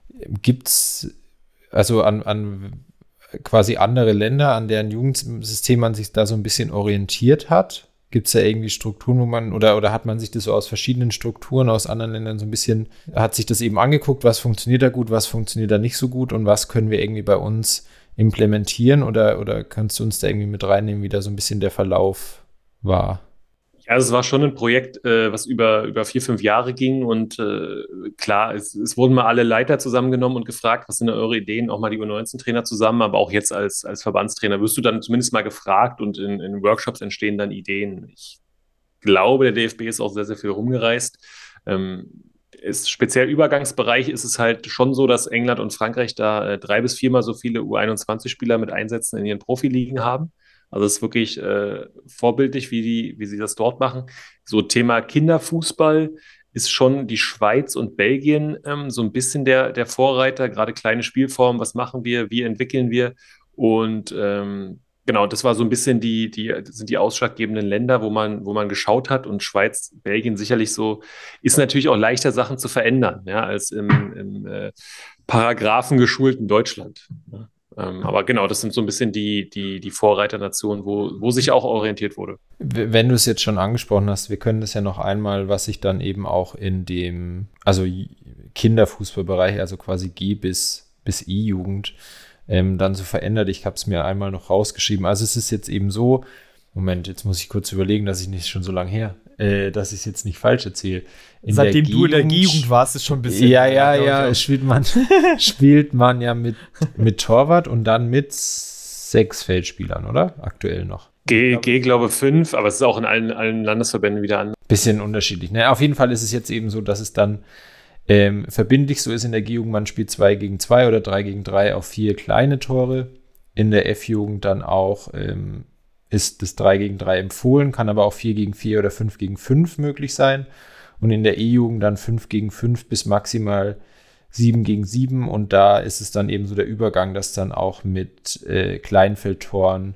Gibt es also an, an quasi andere Länder, an deren Jugendsystem man sich da so ein bisschen orientiert hat? Gibt es da irgendwie Strukturen, wo man, oder, oder hat man sich das so aus verschiedenen Strukturen aus anderen Ländern so ein bisschen, hat sich das eben angeguckt, was funktioniert da gut, was funktioniert da nicht so gut und was können wir irgendwie bei uns implementieren, oder, oder kannst du uns da irgendwie mit reinnehmen, wie da so ein bisschen der Verlauf war? Ja, also es war schon ein Projekt, äh, was über, über vier, fünf Jahre ging und äh, klar, es, es wurden mal alle Leiter zusammengenommen und gefragt, was sind denn eure Ideen, auch mal die U neunzehn-Trainer zusammen, aber auch jetzt als, als Verbandstrainer wirst du dann zumindest mal gefragt und in, in Workshops entstehen dann Ideen. Ich glaube, der D F B ist auch sehr, sehr viel rumgereist. Ähm, ist speziell Übergangsbereich ist es halt schon so, dass England und Frankreich da äh, drei bis viermal so viele U einundzwanzig-Spieler mit Einsätzen in ihren Profiligen haben. Also es ist wirklich äh, vorbildlich, wie die, wie sie das dort machen. So Thema Kinderfußball ist schon die Schweiz und Belgien ähm, so ein bisschen der, der Vorreiter, gerade kleine Spielformen, was machen wir, wie entwickeln wir. Und ähm, genau, das war so ein bisschen die, die, das sind die ausschlaggebenden Länder, wo man, wo man geschaut hat. Und Schweiz, Belgien sicherlich so, ist natürlich auch leichter, Sachen zu verändern, ja, als im, im äh, Paragraphen geschulten Deutschland. Ja. Ähm, aber genau, das sind so ein bisschen die, die, die Vorreiternationen, wo, wo sich auch orientiert wurde. Wenn du es jetzt schon angesprochen hast, wir können das ja noch einmal, was sich dann eben auch in dem, also Kinderfußballbereich, also quasi G bis, bis I-Jugend, ähm, dann so verändert. Ich habe es mir einmal noch rausgeschrieben. Also es ist jetzt eben so, Moment, jetzt muss ich kurz überlegen, dass ich nicht schon so lange her, äh, dass ich es jetzt nicht falsch erzähle. In Seitdem du in der G-Jugend warst, ist schon ein bisschen. Ja, ja, ja, spielt man, spielt man ja mit, mit Torwart und dann mit sechs Feldspielern, oder? Aktuell noch. G, G glaube fünf, aber es ist auch in allen, allen Landesverbänden wieder an. Bisschen unterschiedlich. Ne? Auf jeden Fall ist es jetzt eben so, dass es dann ähm, verbindlich so ist in der G-Jugend, man spielt zwei gegen zwei oder drei gegen drei auf vier kleine Tore. In der F-Jugend dann auch ähm, ist das drei gegen drei empfohlen, kann aber auch vier gegen vier oder fünf gegen fünf möglich sein. Und in der E-Jugend dann fünf gegen fünf bis maximal sieben gegen sieben. Und da ist es dann eben so der Übergang, dass dann auch mit äh, Kleinfeldtoren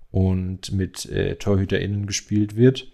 und mit äh, TorhüterInnen gespielt wird.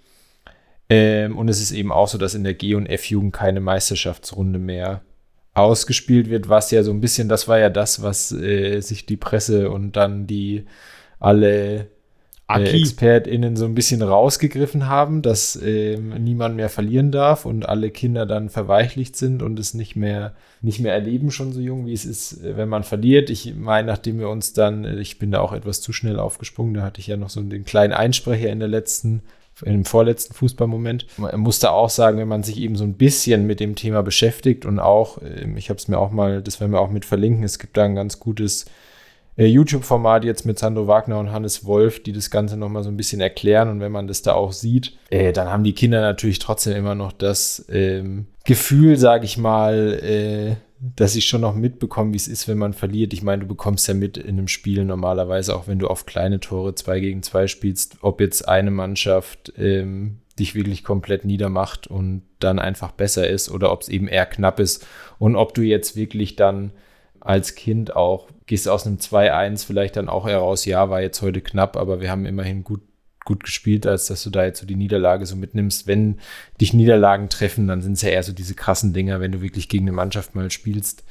Ähm, und es ist eben auch so, dass in der G- und F-Jugend keine Meisterschaftsrunde mehr ausgespielt wird, was ja so ein bisschen, das war ja das, was äh, sich die Presse und dann die alle äh, ExpertInnen so ein bisschen rausgegriffen haben, dass ähm, niemand mehr verlieren darf und alle Kinder dann verweichlicht sind und es nicht mehr, nicht mehr erleben, schon so jung, wie es ist, wenn man verliert. Ich meine, nachdem wir uns dann, ich bin da auch etwas zu schnell aufgesprungen, da hatte ich ja noch so den kleinen Einsprecher in der letzten im vorletzten Fußballmoment. Man muss da auch sagen, wenn man sich eben so ein bisschen mit dem Thema beschäftigt und auch, ich habe es mir auch mal, das werden wir auch mit verlinken, es gibt da ein ganz gutes äh, YouTube-Format jetzt mit Sandro Wagner und Hannes Wolf, die das Ganze nochmal so ein bisschen erklären, und wenn man das da auch sieht, äh, dann haben die Kinder natürlich trotzdem immer noch das ähm, Gefühl, sage ich mal, äh, dass ich schon noch mitbekomme, wie es ist, wenn man verliert. Ich meine, du bekommst ja mit in einem Spiel normalerweise, auch wenn du auf kleine Tore zwei gegen zwei spielst, ob jetzt eine Mannschaft ähm, dich wirklich komplett niedermacht und dann einfach besser ist oder ob es eben eher knapp ist und ob du jetzt wirklich dann als Kind auch, gehst aus einem zwei eins vielleicht dann auch eher raus, ja, war jetzt heute knapp, aber wir haben immerhin gut, gut gespielt, als dass du da jetzt so die Niederlage so mitnimmst. Wenn dich Niederlagen treffen, dann sind es ja eher so diese krassen Dinger, wenn du wirklich gegen eine Mannschaft mal spielst,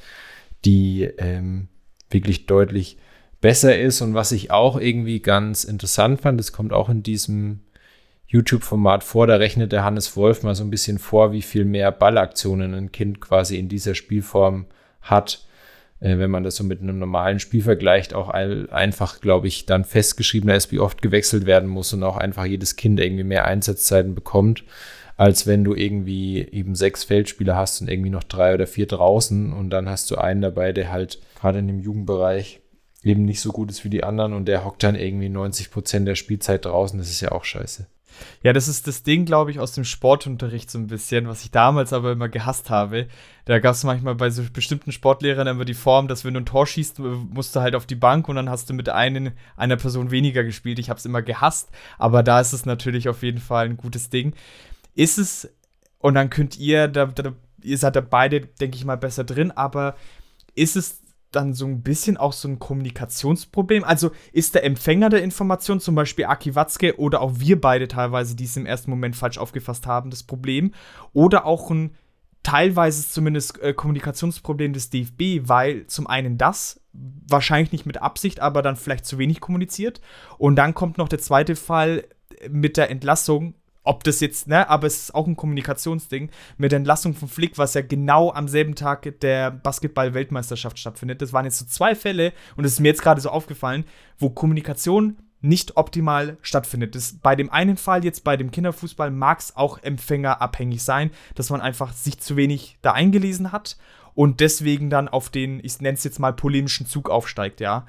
die ähm, wirklich deutlich besser ist. Und was ich auch irgendwie ganz interessant fand, das kommt auch in diesem YouTube-Format vor, da rechnet der Hannes Wolf mal so ein bisschen vor, wie viel mehr Ballaktionen ein Kind quasi in dieser Spielform hat. Wenn man das so mit einem normalen Spiel vergleicht, auch einfach, glaube ich, dann festgeschriebener ist, wie oft gewechselt werden muss und auch einfach jedes Kind irgendwie mehr Einsatzzeiten bekommt, als wenn du irgendwie eben sechs Feldspieler hast und irgendwie noch drei oder vier draußen und dann hast du einen dabei, der halt gerade in dem Jugendbereich eben nicht so gut ist wie die anderen und der hockt dann irgendwie neunzig Prozent der Spielzeit draußen. Das ist ja auch scheiße. Ja, das ist das Ding, glaube ich, aus dem Sportunterricht so ein bisschen, was ich damals aber immer gehasst habe. Da gab es manchmal bei so bestimmten Sportlehrern immer die Form, dass wenn du ein Tor schießt, musst du halt auf die Bank und dann hast du mit einen, einer Person weniger gespielt. Ich habe es immer gehasst, aber da ist es natürlich auf jeden Fall ein gutes Ding. Ist es, und dann könnt ihr, da, da, ihr seid da beide, denke ich mal, besser drin, aber ist es dann so ein bisschen auch so ein Kommunikationsproblem? Also ist der Empfänger der Information, zum Beispiel Aki Watzke oder auch wir beide teilweise, die es im ersten Moment falsch aufgefasst haben, das Problem? Oder auch ein teilweise zumindest äh, Kommunikationsproblem des D F B, weil zum einen das, wahrscheinlich nicht mit Absicht, aber dann vielleicht zu wenig kommuniziert. Und dann kommt noch der zweite Fall mit der Entlassung. Ob das jetzt, ne, aber es ist auch ein Kommunikationsding mit der Entlassung von Flick, was ja genau am selben Tag der Basketball-Weltmeisterschaft stattfindet. Das waren jetzt so zwei Fälle und es ist mir jetzt gerade so aufgefallen, wo Kommunikation nicht optimal stattfindet. Das, bei dem einen Fall jetzt, bei dem Kinderfußball, mag es auch empfängerabhängig sein, dass man einfach sich zu wenig da eingelesen hat und deswegen dann auf den, ich nenne es jetzt mal, polemischen Zug aufsteigt, ja.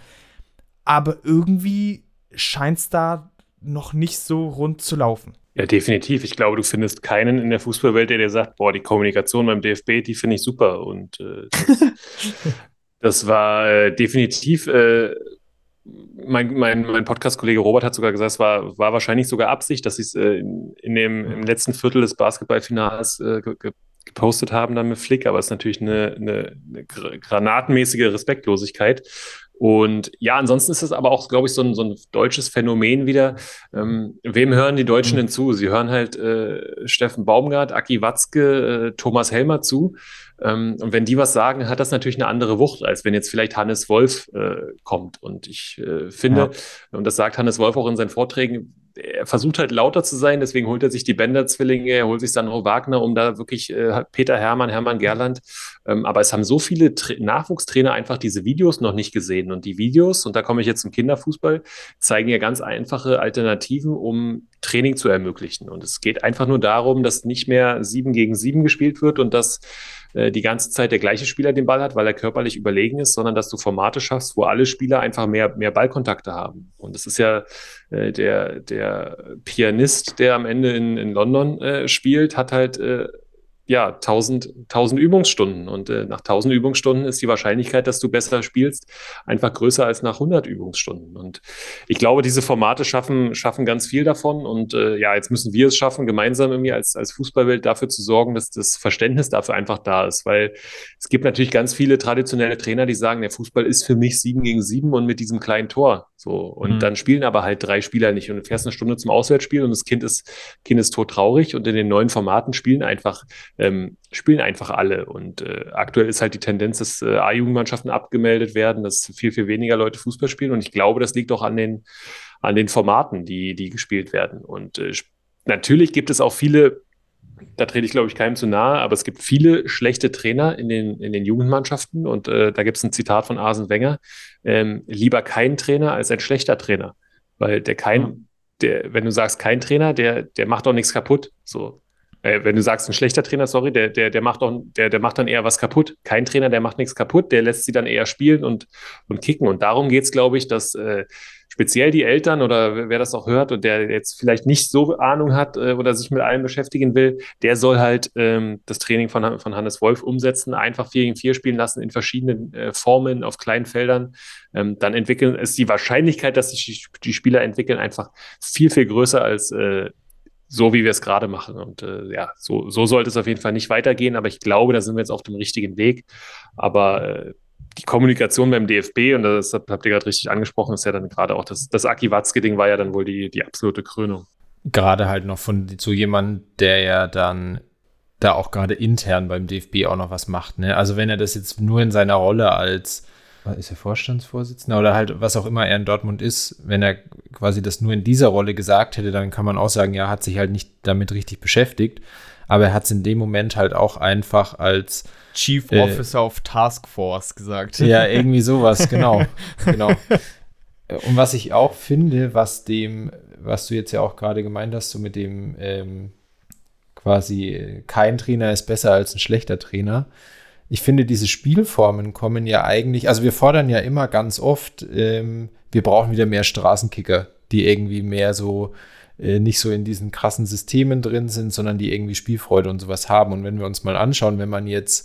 Aber irgendwie scheint es da noch nicht so rund zu laufen. Ja, definitiv. Ich glaube, du findest keinen in der Fußballwelt, der dir sagt, boah, die Kommunikation beim D F B, die finde ich super. Und äh, das, das war äh, definitiv, äh, mein, mein, mein Podcast-Kollege Robert hat sogar gesagt, es war, war wahrscheinlich sogar Absicht, dass sie es äh, in, in dem, im letzten Viertel des Basketballfinals äh, ge- gepostet haben dann mit Flick, aber es ist natürlich eine, eine, eine granatenmäßige Respektlosigkeit. Und ja, ansonsten ist es aber auch, glaube ich, so ein, so ein deutsches Phänomen wieder. Ähm, wem hören die Deutschen denn zu? Sie hören halt äh, Steffen Baumgart, Aki Watzke, äh, Thomas Helmer zu. Ähm, und wenn die was sagen, hat das natürlich eine andere Wucht, als wenn jetzt vielleicht Hannes Wolf äh, kommt. Und ich äh, finde, ja. Und das sagt Hannes Wolf auch in seinen Vorträgen, er versucht halt lauter zu sein, deswegen holt er sich die Bender-Zwillinge, er holt sich Sandro Wagner, um da wirklich äh, Peter Hermann, Hermann Gerland. Ähm, aber es haben so viele Tra- Nachwuchstrainer einfach diese Videos noch nicht gesehen. Und die Videos, und da komme ich jetzt zum Kinderfußball, zeigen ja ganz einfache Alternativen, um Training zu ermöglichen. Und es geht einfach nur darum, dass nicht mehr sieben gegen sieben gespielt wird und dass äh, die ganze Zeit der gleiche Spieler den Ball hat, weil er körperlich überlegen ist, sondern dass du Formate schaffst, wo alle Spieler einfach mehr, mehr Ballkontakte haben. Und das ist ja äh, der, der Pianist, der am Ende in, in London äh, spielt, hat halt äh, ja, tausend, tausend Übungsstunden. Und äh, nach tausend Übungsstunden ist die Wahrscheinlichkeit, dass du besser spielst, einfach größer als nach hundert Übungsstunden. Und ich glaube, diese Formate schaffen, schaffen ganz viel davon. Und äh, ja, jetzt müssen wir es schaffen, gemeinsam irgendwie als, als Fußballwelt dafür zu sorgen, dass das Verständnis dafür einfach da ist. Weil es gibt natürlich ganz viele traditionelle Trainer, die sagen, der Fußball ist für mich sieben gegen sieben und mit diesem kleinen Tor. So. Und mhm. dann spielen aber halt drei Spieler nicht. Und du fährst eine Stunde zum Auswärtsspiel und das Kind ist, Kind ist todtraurig. Und in den neuen Formaten spielen einfach Ähm, spielen einfach alle. Und äh, aktuell ist halt die Tendenz, dass äh, A-Jugendmannschaften abgemeldet werden, dass viel, viel weniger Leute Fußball spielen. Und ich glaube, das liegt auch an den, an den Formaten, die, die gespielt werden. Und äh, natürlich gibt es auch viele, da trete ich, glaube ich, keinem zu nahe, aber es gibt viele schlechte Trainer in den, in den Jugendmannschaften. Und äh, da gibt es ein Zitat von Arsene Wenger, ähm, lieber kein Trainer als ein schlechter Trainer. Weil der kein, der, wenn du sagst kein Trainer, der, der macht doch nichts kaputt. So. Wenn du sagst, ein schlechter Trainer, sorry, der, der, der, macht auch, der, der macht dann eher was kaputt. Kein Trainer, der macht nichts kaputt, der lässt sie dann eher spielen und, und kicken. Und darum geht es, glaube ich, dass äh, speziell die Eltern oder wer das auch hört und der jetzt vielleicht nicht so Ahnung hat äh, oder sich mit allem beschäftigen will, der soll halt ähm, das Training von, von Hannes Wolf umsetzen, einfach vier gegen vier spielen lassen in verschiedenen äh, Formen auf kleinen Feldern. Ähm, dann entwickeln, ist die Wahrscheinlichkeit, dass sich die, die Spieler entwickeln, einfach viel, viel größer als äh, so, wie wir es gerade machen. Und äh, ja, so, so sollte es auf jeden Fall nicht weitergehen, aber ich glaube, da sind wir jetzt auf dem richtigen Weg. Aber äh, die Kommunikation beim D F B, und das habt ihr gerade richtig angesprochen, ist ja dann gerade auch das, das Aki Watzke-Ding war ja dann wohl die, die absolute Krönung. Gerade halt noch von so jemandem, der ja dann da auch gerade intern beim D F B auch noch was macht. Ne? Also wenn er das jetzt nur in seiner Rolle als, ist er Vorstandsvorsitzender oder halt was auch immer er in Dortmund ist, wenn er quasi das nur in dieser Rolle gesagt hätte, dann kann man auch sagen, ja, hat sich halt nicht damit richtig beschäftigt. Aber er hat es in dem Moment halt auch einfach als Chief äh, Officer of Task Force gesagt. Ja, irgendwie sowas, genau. genau. Und was ich auch finde, was dem, was du jetzt ja auch gerade gemeint hast, so mit dem ähm, quasi kein Trainer ist besser als ein schlechter Trainer. Ich finde, diese Spielformen kommen ja eigentlich, also wir fordern ja immer ganz oft, ähm, wir brauchen wieder mehr Straßenkicker, die irgendwie mehr so äh, nicht so in diesen krassen Systemen drin sind, sondern die irgendwie Spielfreude und sowas haben. Und wenn wir uns mal anschauen, wenn man jetzt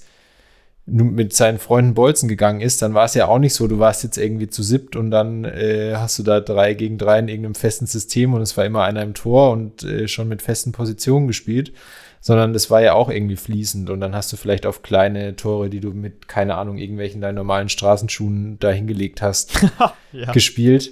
mit seinen Freunden bolzen gegangen ist, dann war es ja auch nicht so, du warst jetzt irgendwie zu siebt und dann äh, hast du da drei gegen drei in irgendeinem festen System und es war immer einer im Tor und äh, schon mit festen Positionen gespielt, sondern das war ja auch irgendwie fließend und dann hast du vielleicht auf kleine Tore, die du mit, keine Ahnung, irgendwelchen deinen normalen Straßenschuhen da hingelegt hast, ja. gespielt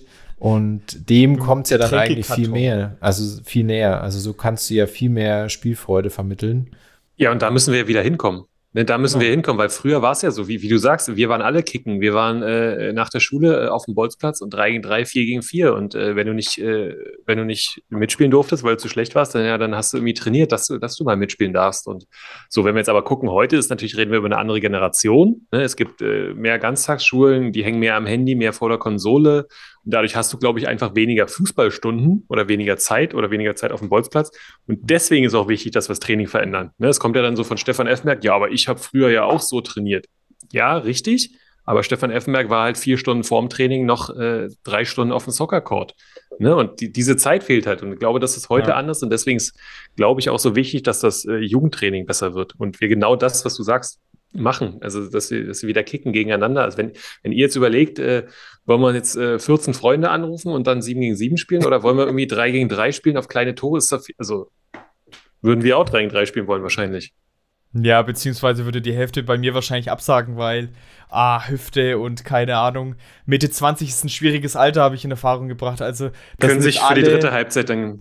und dem kommt es ja dann eigentlich viel mehr, also viel näher, also so kannst du ja viel mehr Spielfreude vermitteln. Ja, und da müssen wir ja wieder hinkommen. Da müssen wir hinkommen, weil früher war es ja so, wie, wie du sagst, wir waren alle kicken. Wir waren äh, nach der Schule äh, auf dem Bolzplatz und drei gegen drei, vier gegen vier. Und äh, wenn du nicht, äh, wenn du nicht mitspielen durftest, weil du zu schlecht warst, dann ja, dann hast du irgendwie trainiert, dass du, dass du mal mitspielen darfst. Und so, wenn wir jetzt aber gucken, heute ist natürlich, reden wir über eine andere Generation. Ne? Es gibt äh, mehr Ganztagsschulen, die hängen mehr am Handy, mehr vor der Konsole. Und dadurch hast du, glaube ich, einfach weniger Fußballstunden oder weniger Zeit oder weniger Zeit auf dem Bolzplatz. Und deswegen ist auch wichtig, dass wir das Training verändern. Ne? Es kommt ja dann so von Stefan Effenberg, ja, aber ich habe früher ja auch so trainiert. Ja, richtig. Aber Stefan Effenberg war halt vier Stunden vorm Training noch äh, drei Stunden auf dem Soccercourt. Ne? Und die, diese Zeit fehlt halt. Und ich glaube, das ist heute ja. anders. Und deswegen ist, glaube ich, auch so wichtig, dass das äh, Jugendtraining besser wird. Und wir genau das, was du sagst, machen. Also, dass wir, dass wir wieder kicken gegeneinander. Also, wenn, wenn ihr jetzt überlegt, äh, wollen wir jetzt äh, vierzehn Freunde anrufen und dann sieben gegen sieben spielen oder wollen wir irgendwie drei gegen drei spielen auf kleine Tore? Ist das, also, würden wir auch drei gegen drei spielen wollen, wahrscheinlich. Ja, beziehungsweise würde die Hälfte bei mir wahrscheinlich absagen, weil, ah, Hüfte und keine Ahnung, Mitte zwanzig ist ein schwieriges Alter, habe ich in Erfahrung gebracht. Also, das können sich alle, für die dritte Halbzeit dann.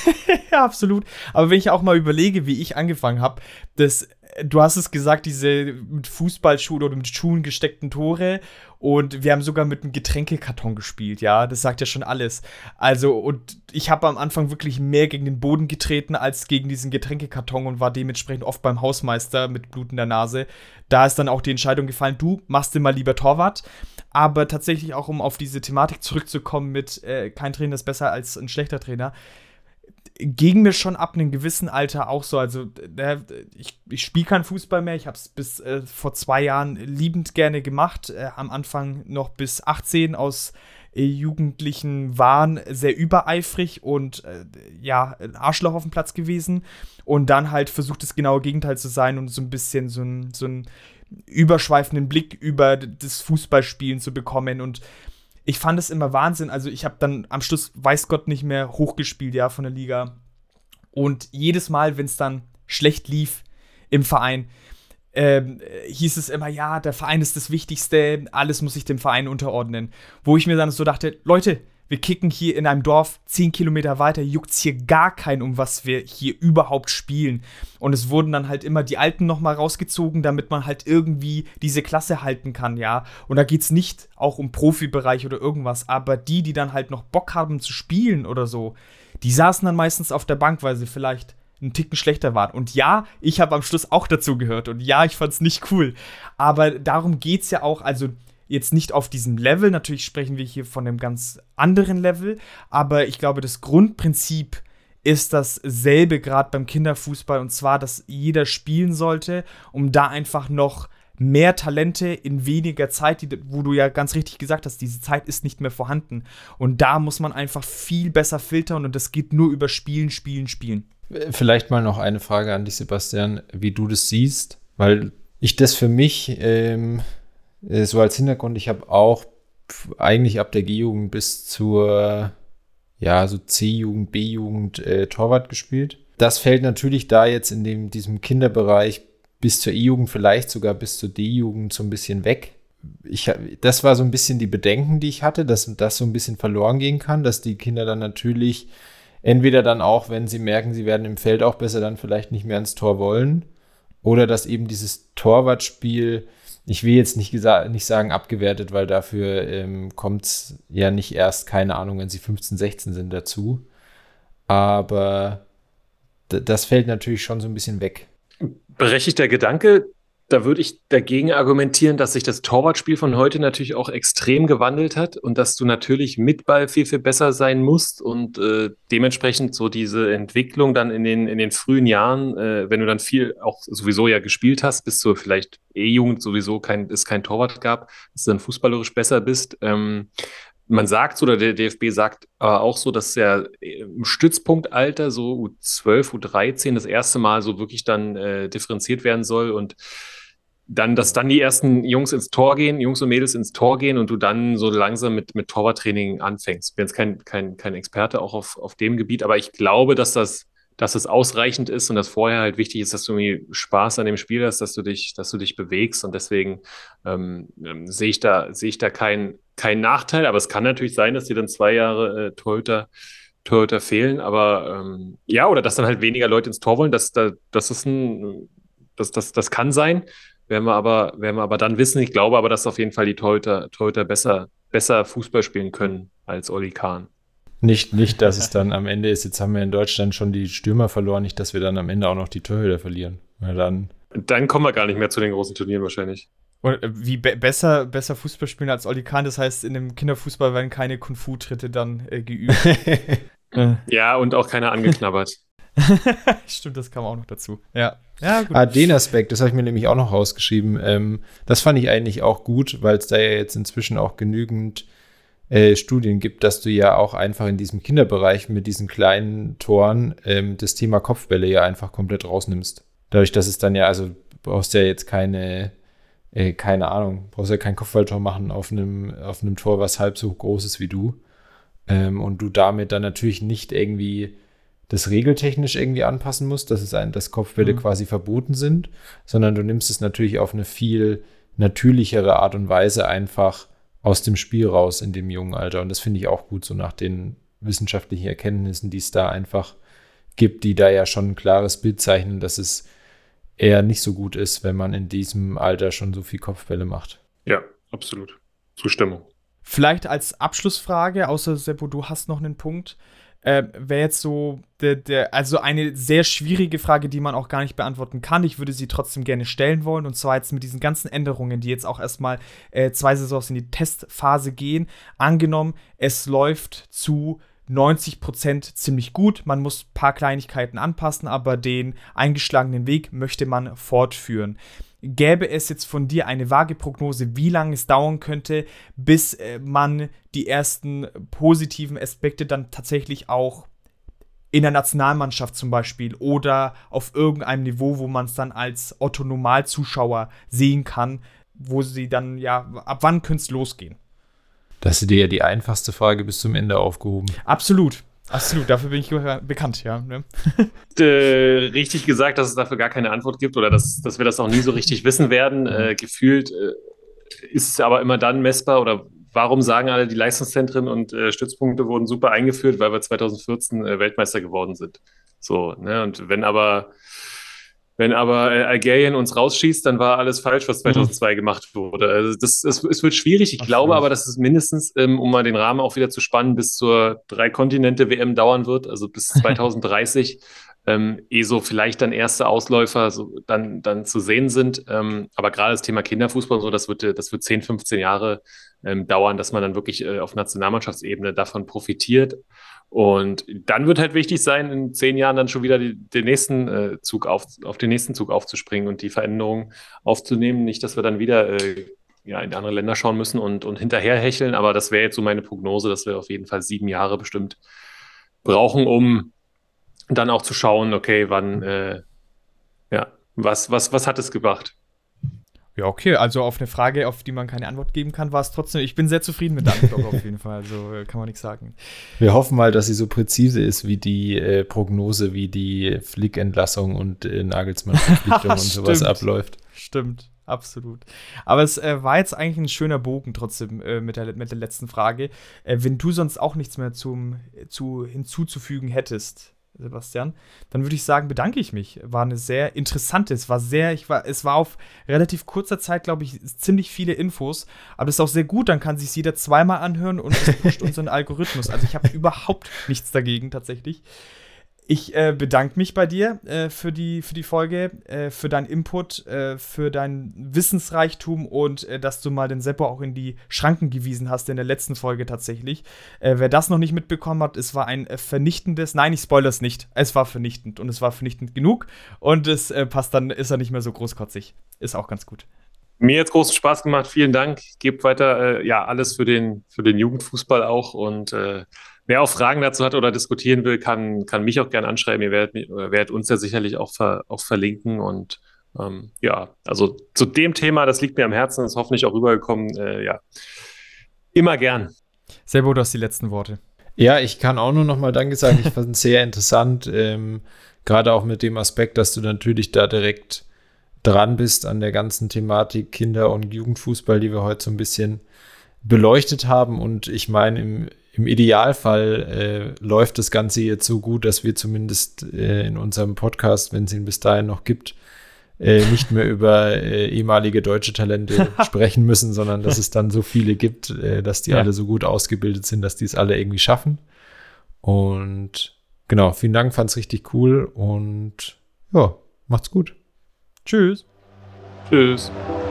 Ja, absolut. Aber wenn ich auch mal überlege, wie ich angefangen habe, das. Du hast es gesagt, diese mit Fußballschuhen oder mit Schuhen gesteckten Tore. Und wir haben sogar mit einem Getränkekarton gespielt, ja. Das sagt ja schon alles. Also, und ich habe am Anfang wirklich mehr gegen den Boden getreten als gegen diesen Getränkekarton und war dementsprechend oft beim Hausmeister mit blutender Nase. Da ist dann auch die Entscheidung gefallen, du machst dir mal lieber Torwart. Aber tatsächlich auch, um auf diese Thematik zurückzukommen mit äh, kein Trainer ist besser als ein schlechter Trainer, ging mir schon ab einem gewissen Alter auch so, also äh, ich, ich spiele keinen Fußball mehr, ich habe es bis äh, vor zwei Jahren liebend gerne gemacht, äh, am Anfang noch bis achtzehn aus äh, jugendlichen Wahn sehr übereifrig und äh, ja, ein Arschloch auf dem Platz gewesen und dann halt versucht, das genaue Gegenteil zu sein und so ein bisschen so ein, so einen überschweifenden Blick über das Fußballspielen zu bekommen und ich fand es immer Wahnsinn, also ich habe dann am Schluss, weiß Gott, nicht mehr hochgespielt, ja, von der Liga. Und jedes Mal, wenn es dann schlecht lief im Verein, ähm, hieß es immer, ja, der Verein ist das Wichtigste, alles muss sich dem Verein unterordnen. Wo ich mir dann so dachte, Leute, wir kicken hier in einem Dorf zehn Kilometer weiter, juckt's hier gar keinen, um was wir hier überhaupt spielen. Und es wurden dann halt immer die Alten noch mal rausgezogen, damit man halt irgendwie diese Klasse halten kann, ja. Und da geht's nicht auch um Profibereich oder irgendwas, aber die, die dann halt noch Bock haben zu spielen oder so, die saßen dann meistens auf der Bank, weil sie vielleicht einen Ticken schlechter waren. Und ja, ich habe am Schluss auch dazu gehört. Und ja, ich fand's nicht cool. Aber darum geht's ja auch, also jetzt nicht auf diesem Level, natürlich sprechen wir hier von einem ganz anderen Level, aber ich glaube, das Grundprinzip ist dasselbe gerade beim Kinderfußball und zwar, dass jeder spielen sollte, um da einfach noch mehr Talente in weniger Zeit, die, wo du ja ganz richtig gesagt hast, diese Zeit ist nicht mehr vorhanden. Und da muss man einfach viel besser filtern und das geht nur über Spielen, Spielen, Spielen. Vielleicht mal noch eine Frage an dich, Sebastian, wie du das siehst, weil ich das für mich ähm, so als Hintergrund, ich habe auch eigentlich ab der G-Jugend bis zur ja, so C-Jugend, B-Jugend äh, Torwart gespielt. Das fällt natürlich da jetzt in dem, diesem Kinderbereich bis zur E-Jugend, vielleicht sogar bis zur D-Jugend so ein bisschen weg. Ich, das war so ein bisschen die Bedenken, die ich hatte, dass das so ein bisschen verloren gehen kann, dass die Kinder dann natürlich entweder dann auch, wenn sie merken, sie werden im Feld auch besser, dann vielleicht nicht mehr ans Tor wollen oder dass eben dieses Torwartspiel, ich will jetzt nicht, gesa- nicht sagen abgewertet, weil dafür ähm, kommt es ja nicht erst, keine Ahnung, wenn sie fünfzehn, sechzehn sind dazu, aber d- das fällt natürlich schon so ein bisschen weg. Berechtigter Gedanke. Da würde ich dagegen argumentieren, dass sich das Torwartspiel von heute natürlich auch extrem gewandelt hat und dass du natürlich mit Ball viel, viel besser sein musst und äh, dementsprechend so diese Entwicklung dann in den, in den frühen Jahren, äh, wenn du dann viel auch sowieso ja gespielt hast, bis zur vielleicht E-Jugend sowieso kein, es kein Torwart gab, dass du dann fußballerisch besser bist. Ähm, Man sagt so, oder der D F B sagt aber auch so, dass ja im Stützpunktalter so U zwölf, U dreizehn das erste Mal so wirklich dann äh, differenziert werden soll und dann, dass dann die ersten Jungs ins Tor gehen, Jungs und Mädels ins Tor gehen und du dann so langsam mit, mit Torwarttraining anfängst. Ich bin jetzt kein, kein, kein Experte auch auf, auf dem Gebiet, aber ich glaube, dass das, dass das ausreichend ist und dass vorher halt wichtig ist, dass du irgendwie Spaß an dem Spiel hast, dass du dich, dass du dich bewegst und deswegen ähm, ähm, sehe ich da, sehe ich da keinen kein Nachteil, aber es kann natürlich sein, dass dir dann zwei Jahre äh, Torhüter, Torhüter fehlen, aber ähm, ja, oder dass dann halt weniger Leute ins Tor wollen, das, das, das ist ein, das, das, das kann sein. Werden wir aber, werden wir aber dann wissen. Ich glaube aber, dass auf jeden Fall die Torhüter, Torhüter besser, besser Fußball spielen können als Oli Kahn. Nicht, nicht, dass es dann am Ende ist, jetzt haben wir in Deutschland schon die Stürmer verloren, nicht, dass wir dann am Ende auch noch die Torhüter verlieren. Weil dann, dann kommen wir gar nicht mehr zu den großen Turnieren wahrscheinlich. Und wie be- besser, besser Fußball spielen als Oli Kahn, das heißt, in dem Kinderfußball werden keine Kung-Fu-Tritte dann äh, geübt. Ja, und auch keiner angeknabbert. Stimmt, das kam auch noch dazu. Ja. Ja, gut. Ah, den Aspekt, das habe ich mir nämlich auch noch rausgeschrieben. Ähm, das fand ich eigentlich auch gut, weil es da ja jetzt inzwischen auch genügend äh, Studien gibt, dass du ja auch einfach in diesem Kinderbereich mit diesen kleinen Toren ähm, das Thema Kopfbälle ja einfach komplett rausnimmst. Dadurch, dass es dann ja, also brauchst du ja jetzt keine, äh, keine Ahnung, brauchst ja kein Kopfballtor machen auf einem, auf einem Tor, was halb so groß ist wie du. Ähm, und du damit dann natürlich nicht irgendwie das regeltechnisch irgendwie anpassen musst, dass es ein, dass Kopfbälle mhm. quasi verboten sind, sondern du nimmst es natürlich auf eine viel natürlichere Art und Weise einfach aus dem Spiel raus in dem jungen Alter. Und das finde ich auch gut, so nach den wissenschaftlichen Erkenntnissen, die es da einfach gibt, die da ja schon ein klares Bild zeichnen, dass es eher nicht so gut ist, wenn man in diesem Alter schon so viel Kopfbälle macht. Ja, absolut. Zustimmung. Vielleicht als Abschlussfrage, außer Seppo, du hast noch einen Punkt. Äh, wäre jetzt so der, der, also eine sehr schwierige Frage, die man auch gar nicht beantworten kann. Ich würde sie trotzdem gerne stellen wollen. Und zwar jetzt mit diesen ganzen Änderungen, die jetzt auch erstmal äh, zwei Saisons in die Testphase gehen. Angenommen, es läuft zu neunzig Prozent ziemlich gut. Man muss ein paar Kleinigkeiten anpassen, aber den eingeschlagenen Weg möchte man fortführen. Gäbe es jetzt von dir eine vage Prognose, wie lange es dauern könnte, bis äh, man die ersten positiven Aspekte dann tatsächlich auch in der Nationalmannschaft zum Beispiel oder auf irgendeinem Niveau, wo man es dann als Otto-Normal-Zuschauer sehen kann, wo sie dann, ja, ab wann könnte es losgehen? Das ist dir ja die einfachste Frage bis zum Ende aufgehoben. Absolut. Absolut, dafür bin ich bekannt, ja. Ne? Äh, richtig gesagt, dass es dafür gar keine Antwort gibt oder dass, dass wir das auch nie so richtig wissen werden. Äh, gefühlt äh, ist es aber immer dann messbar oder warum sagen alle, die Leistungszentren und äh, Stützpunkte wurden super eingeführt, weil wir zwanzig vierzehn äh, Weltmeister geworden sind. So, ne? Und wenn aber Wenn aber äh, Algerien uns rausschießt, dann war alles falsch, was zweitausendzwei mhm. gemacht wurde. Also das, das, es wird schwierig. Ich Ach, glaube aber, dass es mindestens, ähm, um mal den Rahmen auch wieder zu spannen, bis zur Drei-Kontinente-W M dauern wird, also bis zwanzig dreißig. ähm, eh so vielleicht dann erste Ausläufer so dann, dann zu sehen sind. Ähm, aber gerade das Thema Kinderfußball, so, das wird, äh, das wird zehn, fünfzehn Jahre ähm, dauern, dass man dann wirklich äh, auf Nationalmannschaftsebene davon profitiert. Und dann wird halt wichtig sein, in zehn Jahren dann schon wieder die, den nächsten äh, Zug auf, auf den nächsten Zug aufzuspringen und die Veränderungen aufzunehmen. Nicht, dass wir dann wieder äh, ja, in andere Länder schauen müssen und, und hinterherhecheln, aber das wäre jetzt so meine Prognose, dass wir auf jeden Fall sieben Jahre bestimmt brauchen, um dann auch zu schauen, okay, wann, äh, ja, was, was, was hat es gebracht? Ja, okay, also auf eine Frage, auf die man keine Antwort geben kann, war es trotzdem, ich bin sehr zufrieden mit der Antwort auf jeden Fall, also äh, kann man nichts sagen. Wir hoffen mal, dass sie so präzise ist wie die äh, Prognose, wie die Flick-Entlassung und äh, Nagelsmann-Verpflichtung und sowas Stimmt. abläuft. Stimmt, absolut. Aber es äh, war jetzt eigentlich ein schöner Bogen trotzdem äh, mit, der, mit der letzten Frage. Äh, wenn du sonst auch nichts mehr zum, zu, hinzuzufügen hättest, Sebastian, dann würde ich sagen, bedanke ich mich. War eine sehr interessante, es war sehr, ich war, es war auf relativ kurzer Zeit, glaube ich, ziemlich viele Infos, aber das ist auch sehr gut, dann kann sich jeder zweimal anhören und es pusht unseren Algorithmus. Also ich habe überhaupt nichts dagegen tatsächlich. Ich äh, bedanke mich bei dir äh, für, die, für die Folge, äh, für deinen Input, äh, für dein Wissensreichtum und äh, dass du mal den Seppo auch in die Schranken gewiesen hast in der letzten Folge tatsächlich. Äh, wer das noch nicht mitbekommen hat, es war ein äh, vernichtendes, nein, ich spoilere es nicht, es war vernichtend und es war vernichtend genug und es äh, passt, dann ist er nicht mehr so großkotzig. Ist auch ganz gut. Mir hat großen Spaß gemacht, vielen Dank. Gebt weiter, äh, ja, alles für den, für den Jugendfußball auch und äh, wer auch Fragen dazu hat oder diskutieren will, kann, kann mich auch gerne anschreiben. Ihr werdet, mich- oder werdet uns ja sicherlich auch, ver, auch verlinken. Und ähm, ja, also zu dem Thema, das liegt mir am Herzen, ist hoffentlich auch rübergekommen. Äh, ja, immer gern. Seppo, du hast die letzten Worte. Ja, ich kann auch nur noch mal Danke sagen. Ich fand es sehr interessant, ähm, gerade auch mit dem Aspekt, dass du natürlich da direkt dran bist an der ganzen Thematik Kinder- und Jugendfußball, die wir heute so ein bisschen beleuchtet haben. Und ich meine, im, im Idealfall äh, läuft das Ganze jetzt so gut, dass wir zumindest äh, in unserem Podcast, wenn es ihn bis dahin noch gibt, äh, nicht mehr über äh, ehemalige deutsche Talente sprechen müssen, sondern dass es dann so viele gibt, äh, dass die Ja. alle so gut ausgebildet sind, dass die es alle irgendwie schaffen. Und genau, vielen Dank, fand's richtig cool und ja, macht's gut. Tschüss. Tschüss.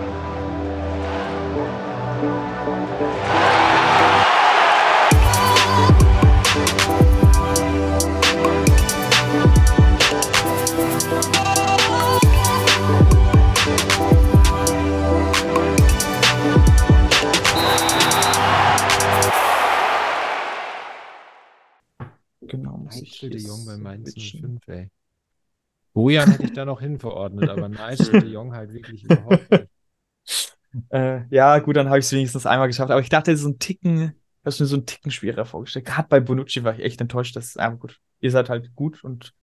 Genau, muss ich Nigel de hier Jong bei Mainz switchen. null fünf, ey. Bojan hätte ich da noch hinverordnet, aber Nigel de Jong halt wirklich überhaupt nicht. Äh, ja, gut, dann habe ich es wenigstens einmal geschafft. Aber ich dachte, so ein Ticken, das ist mir so ein Ticken schwerer vorgestellt. Gerade bei Bonucci war ich echt enttäuscht. Das ist einfach gut. Ihr seid halt gut und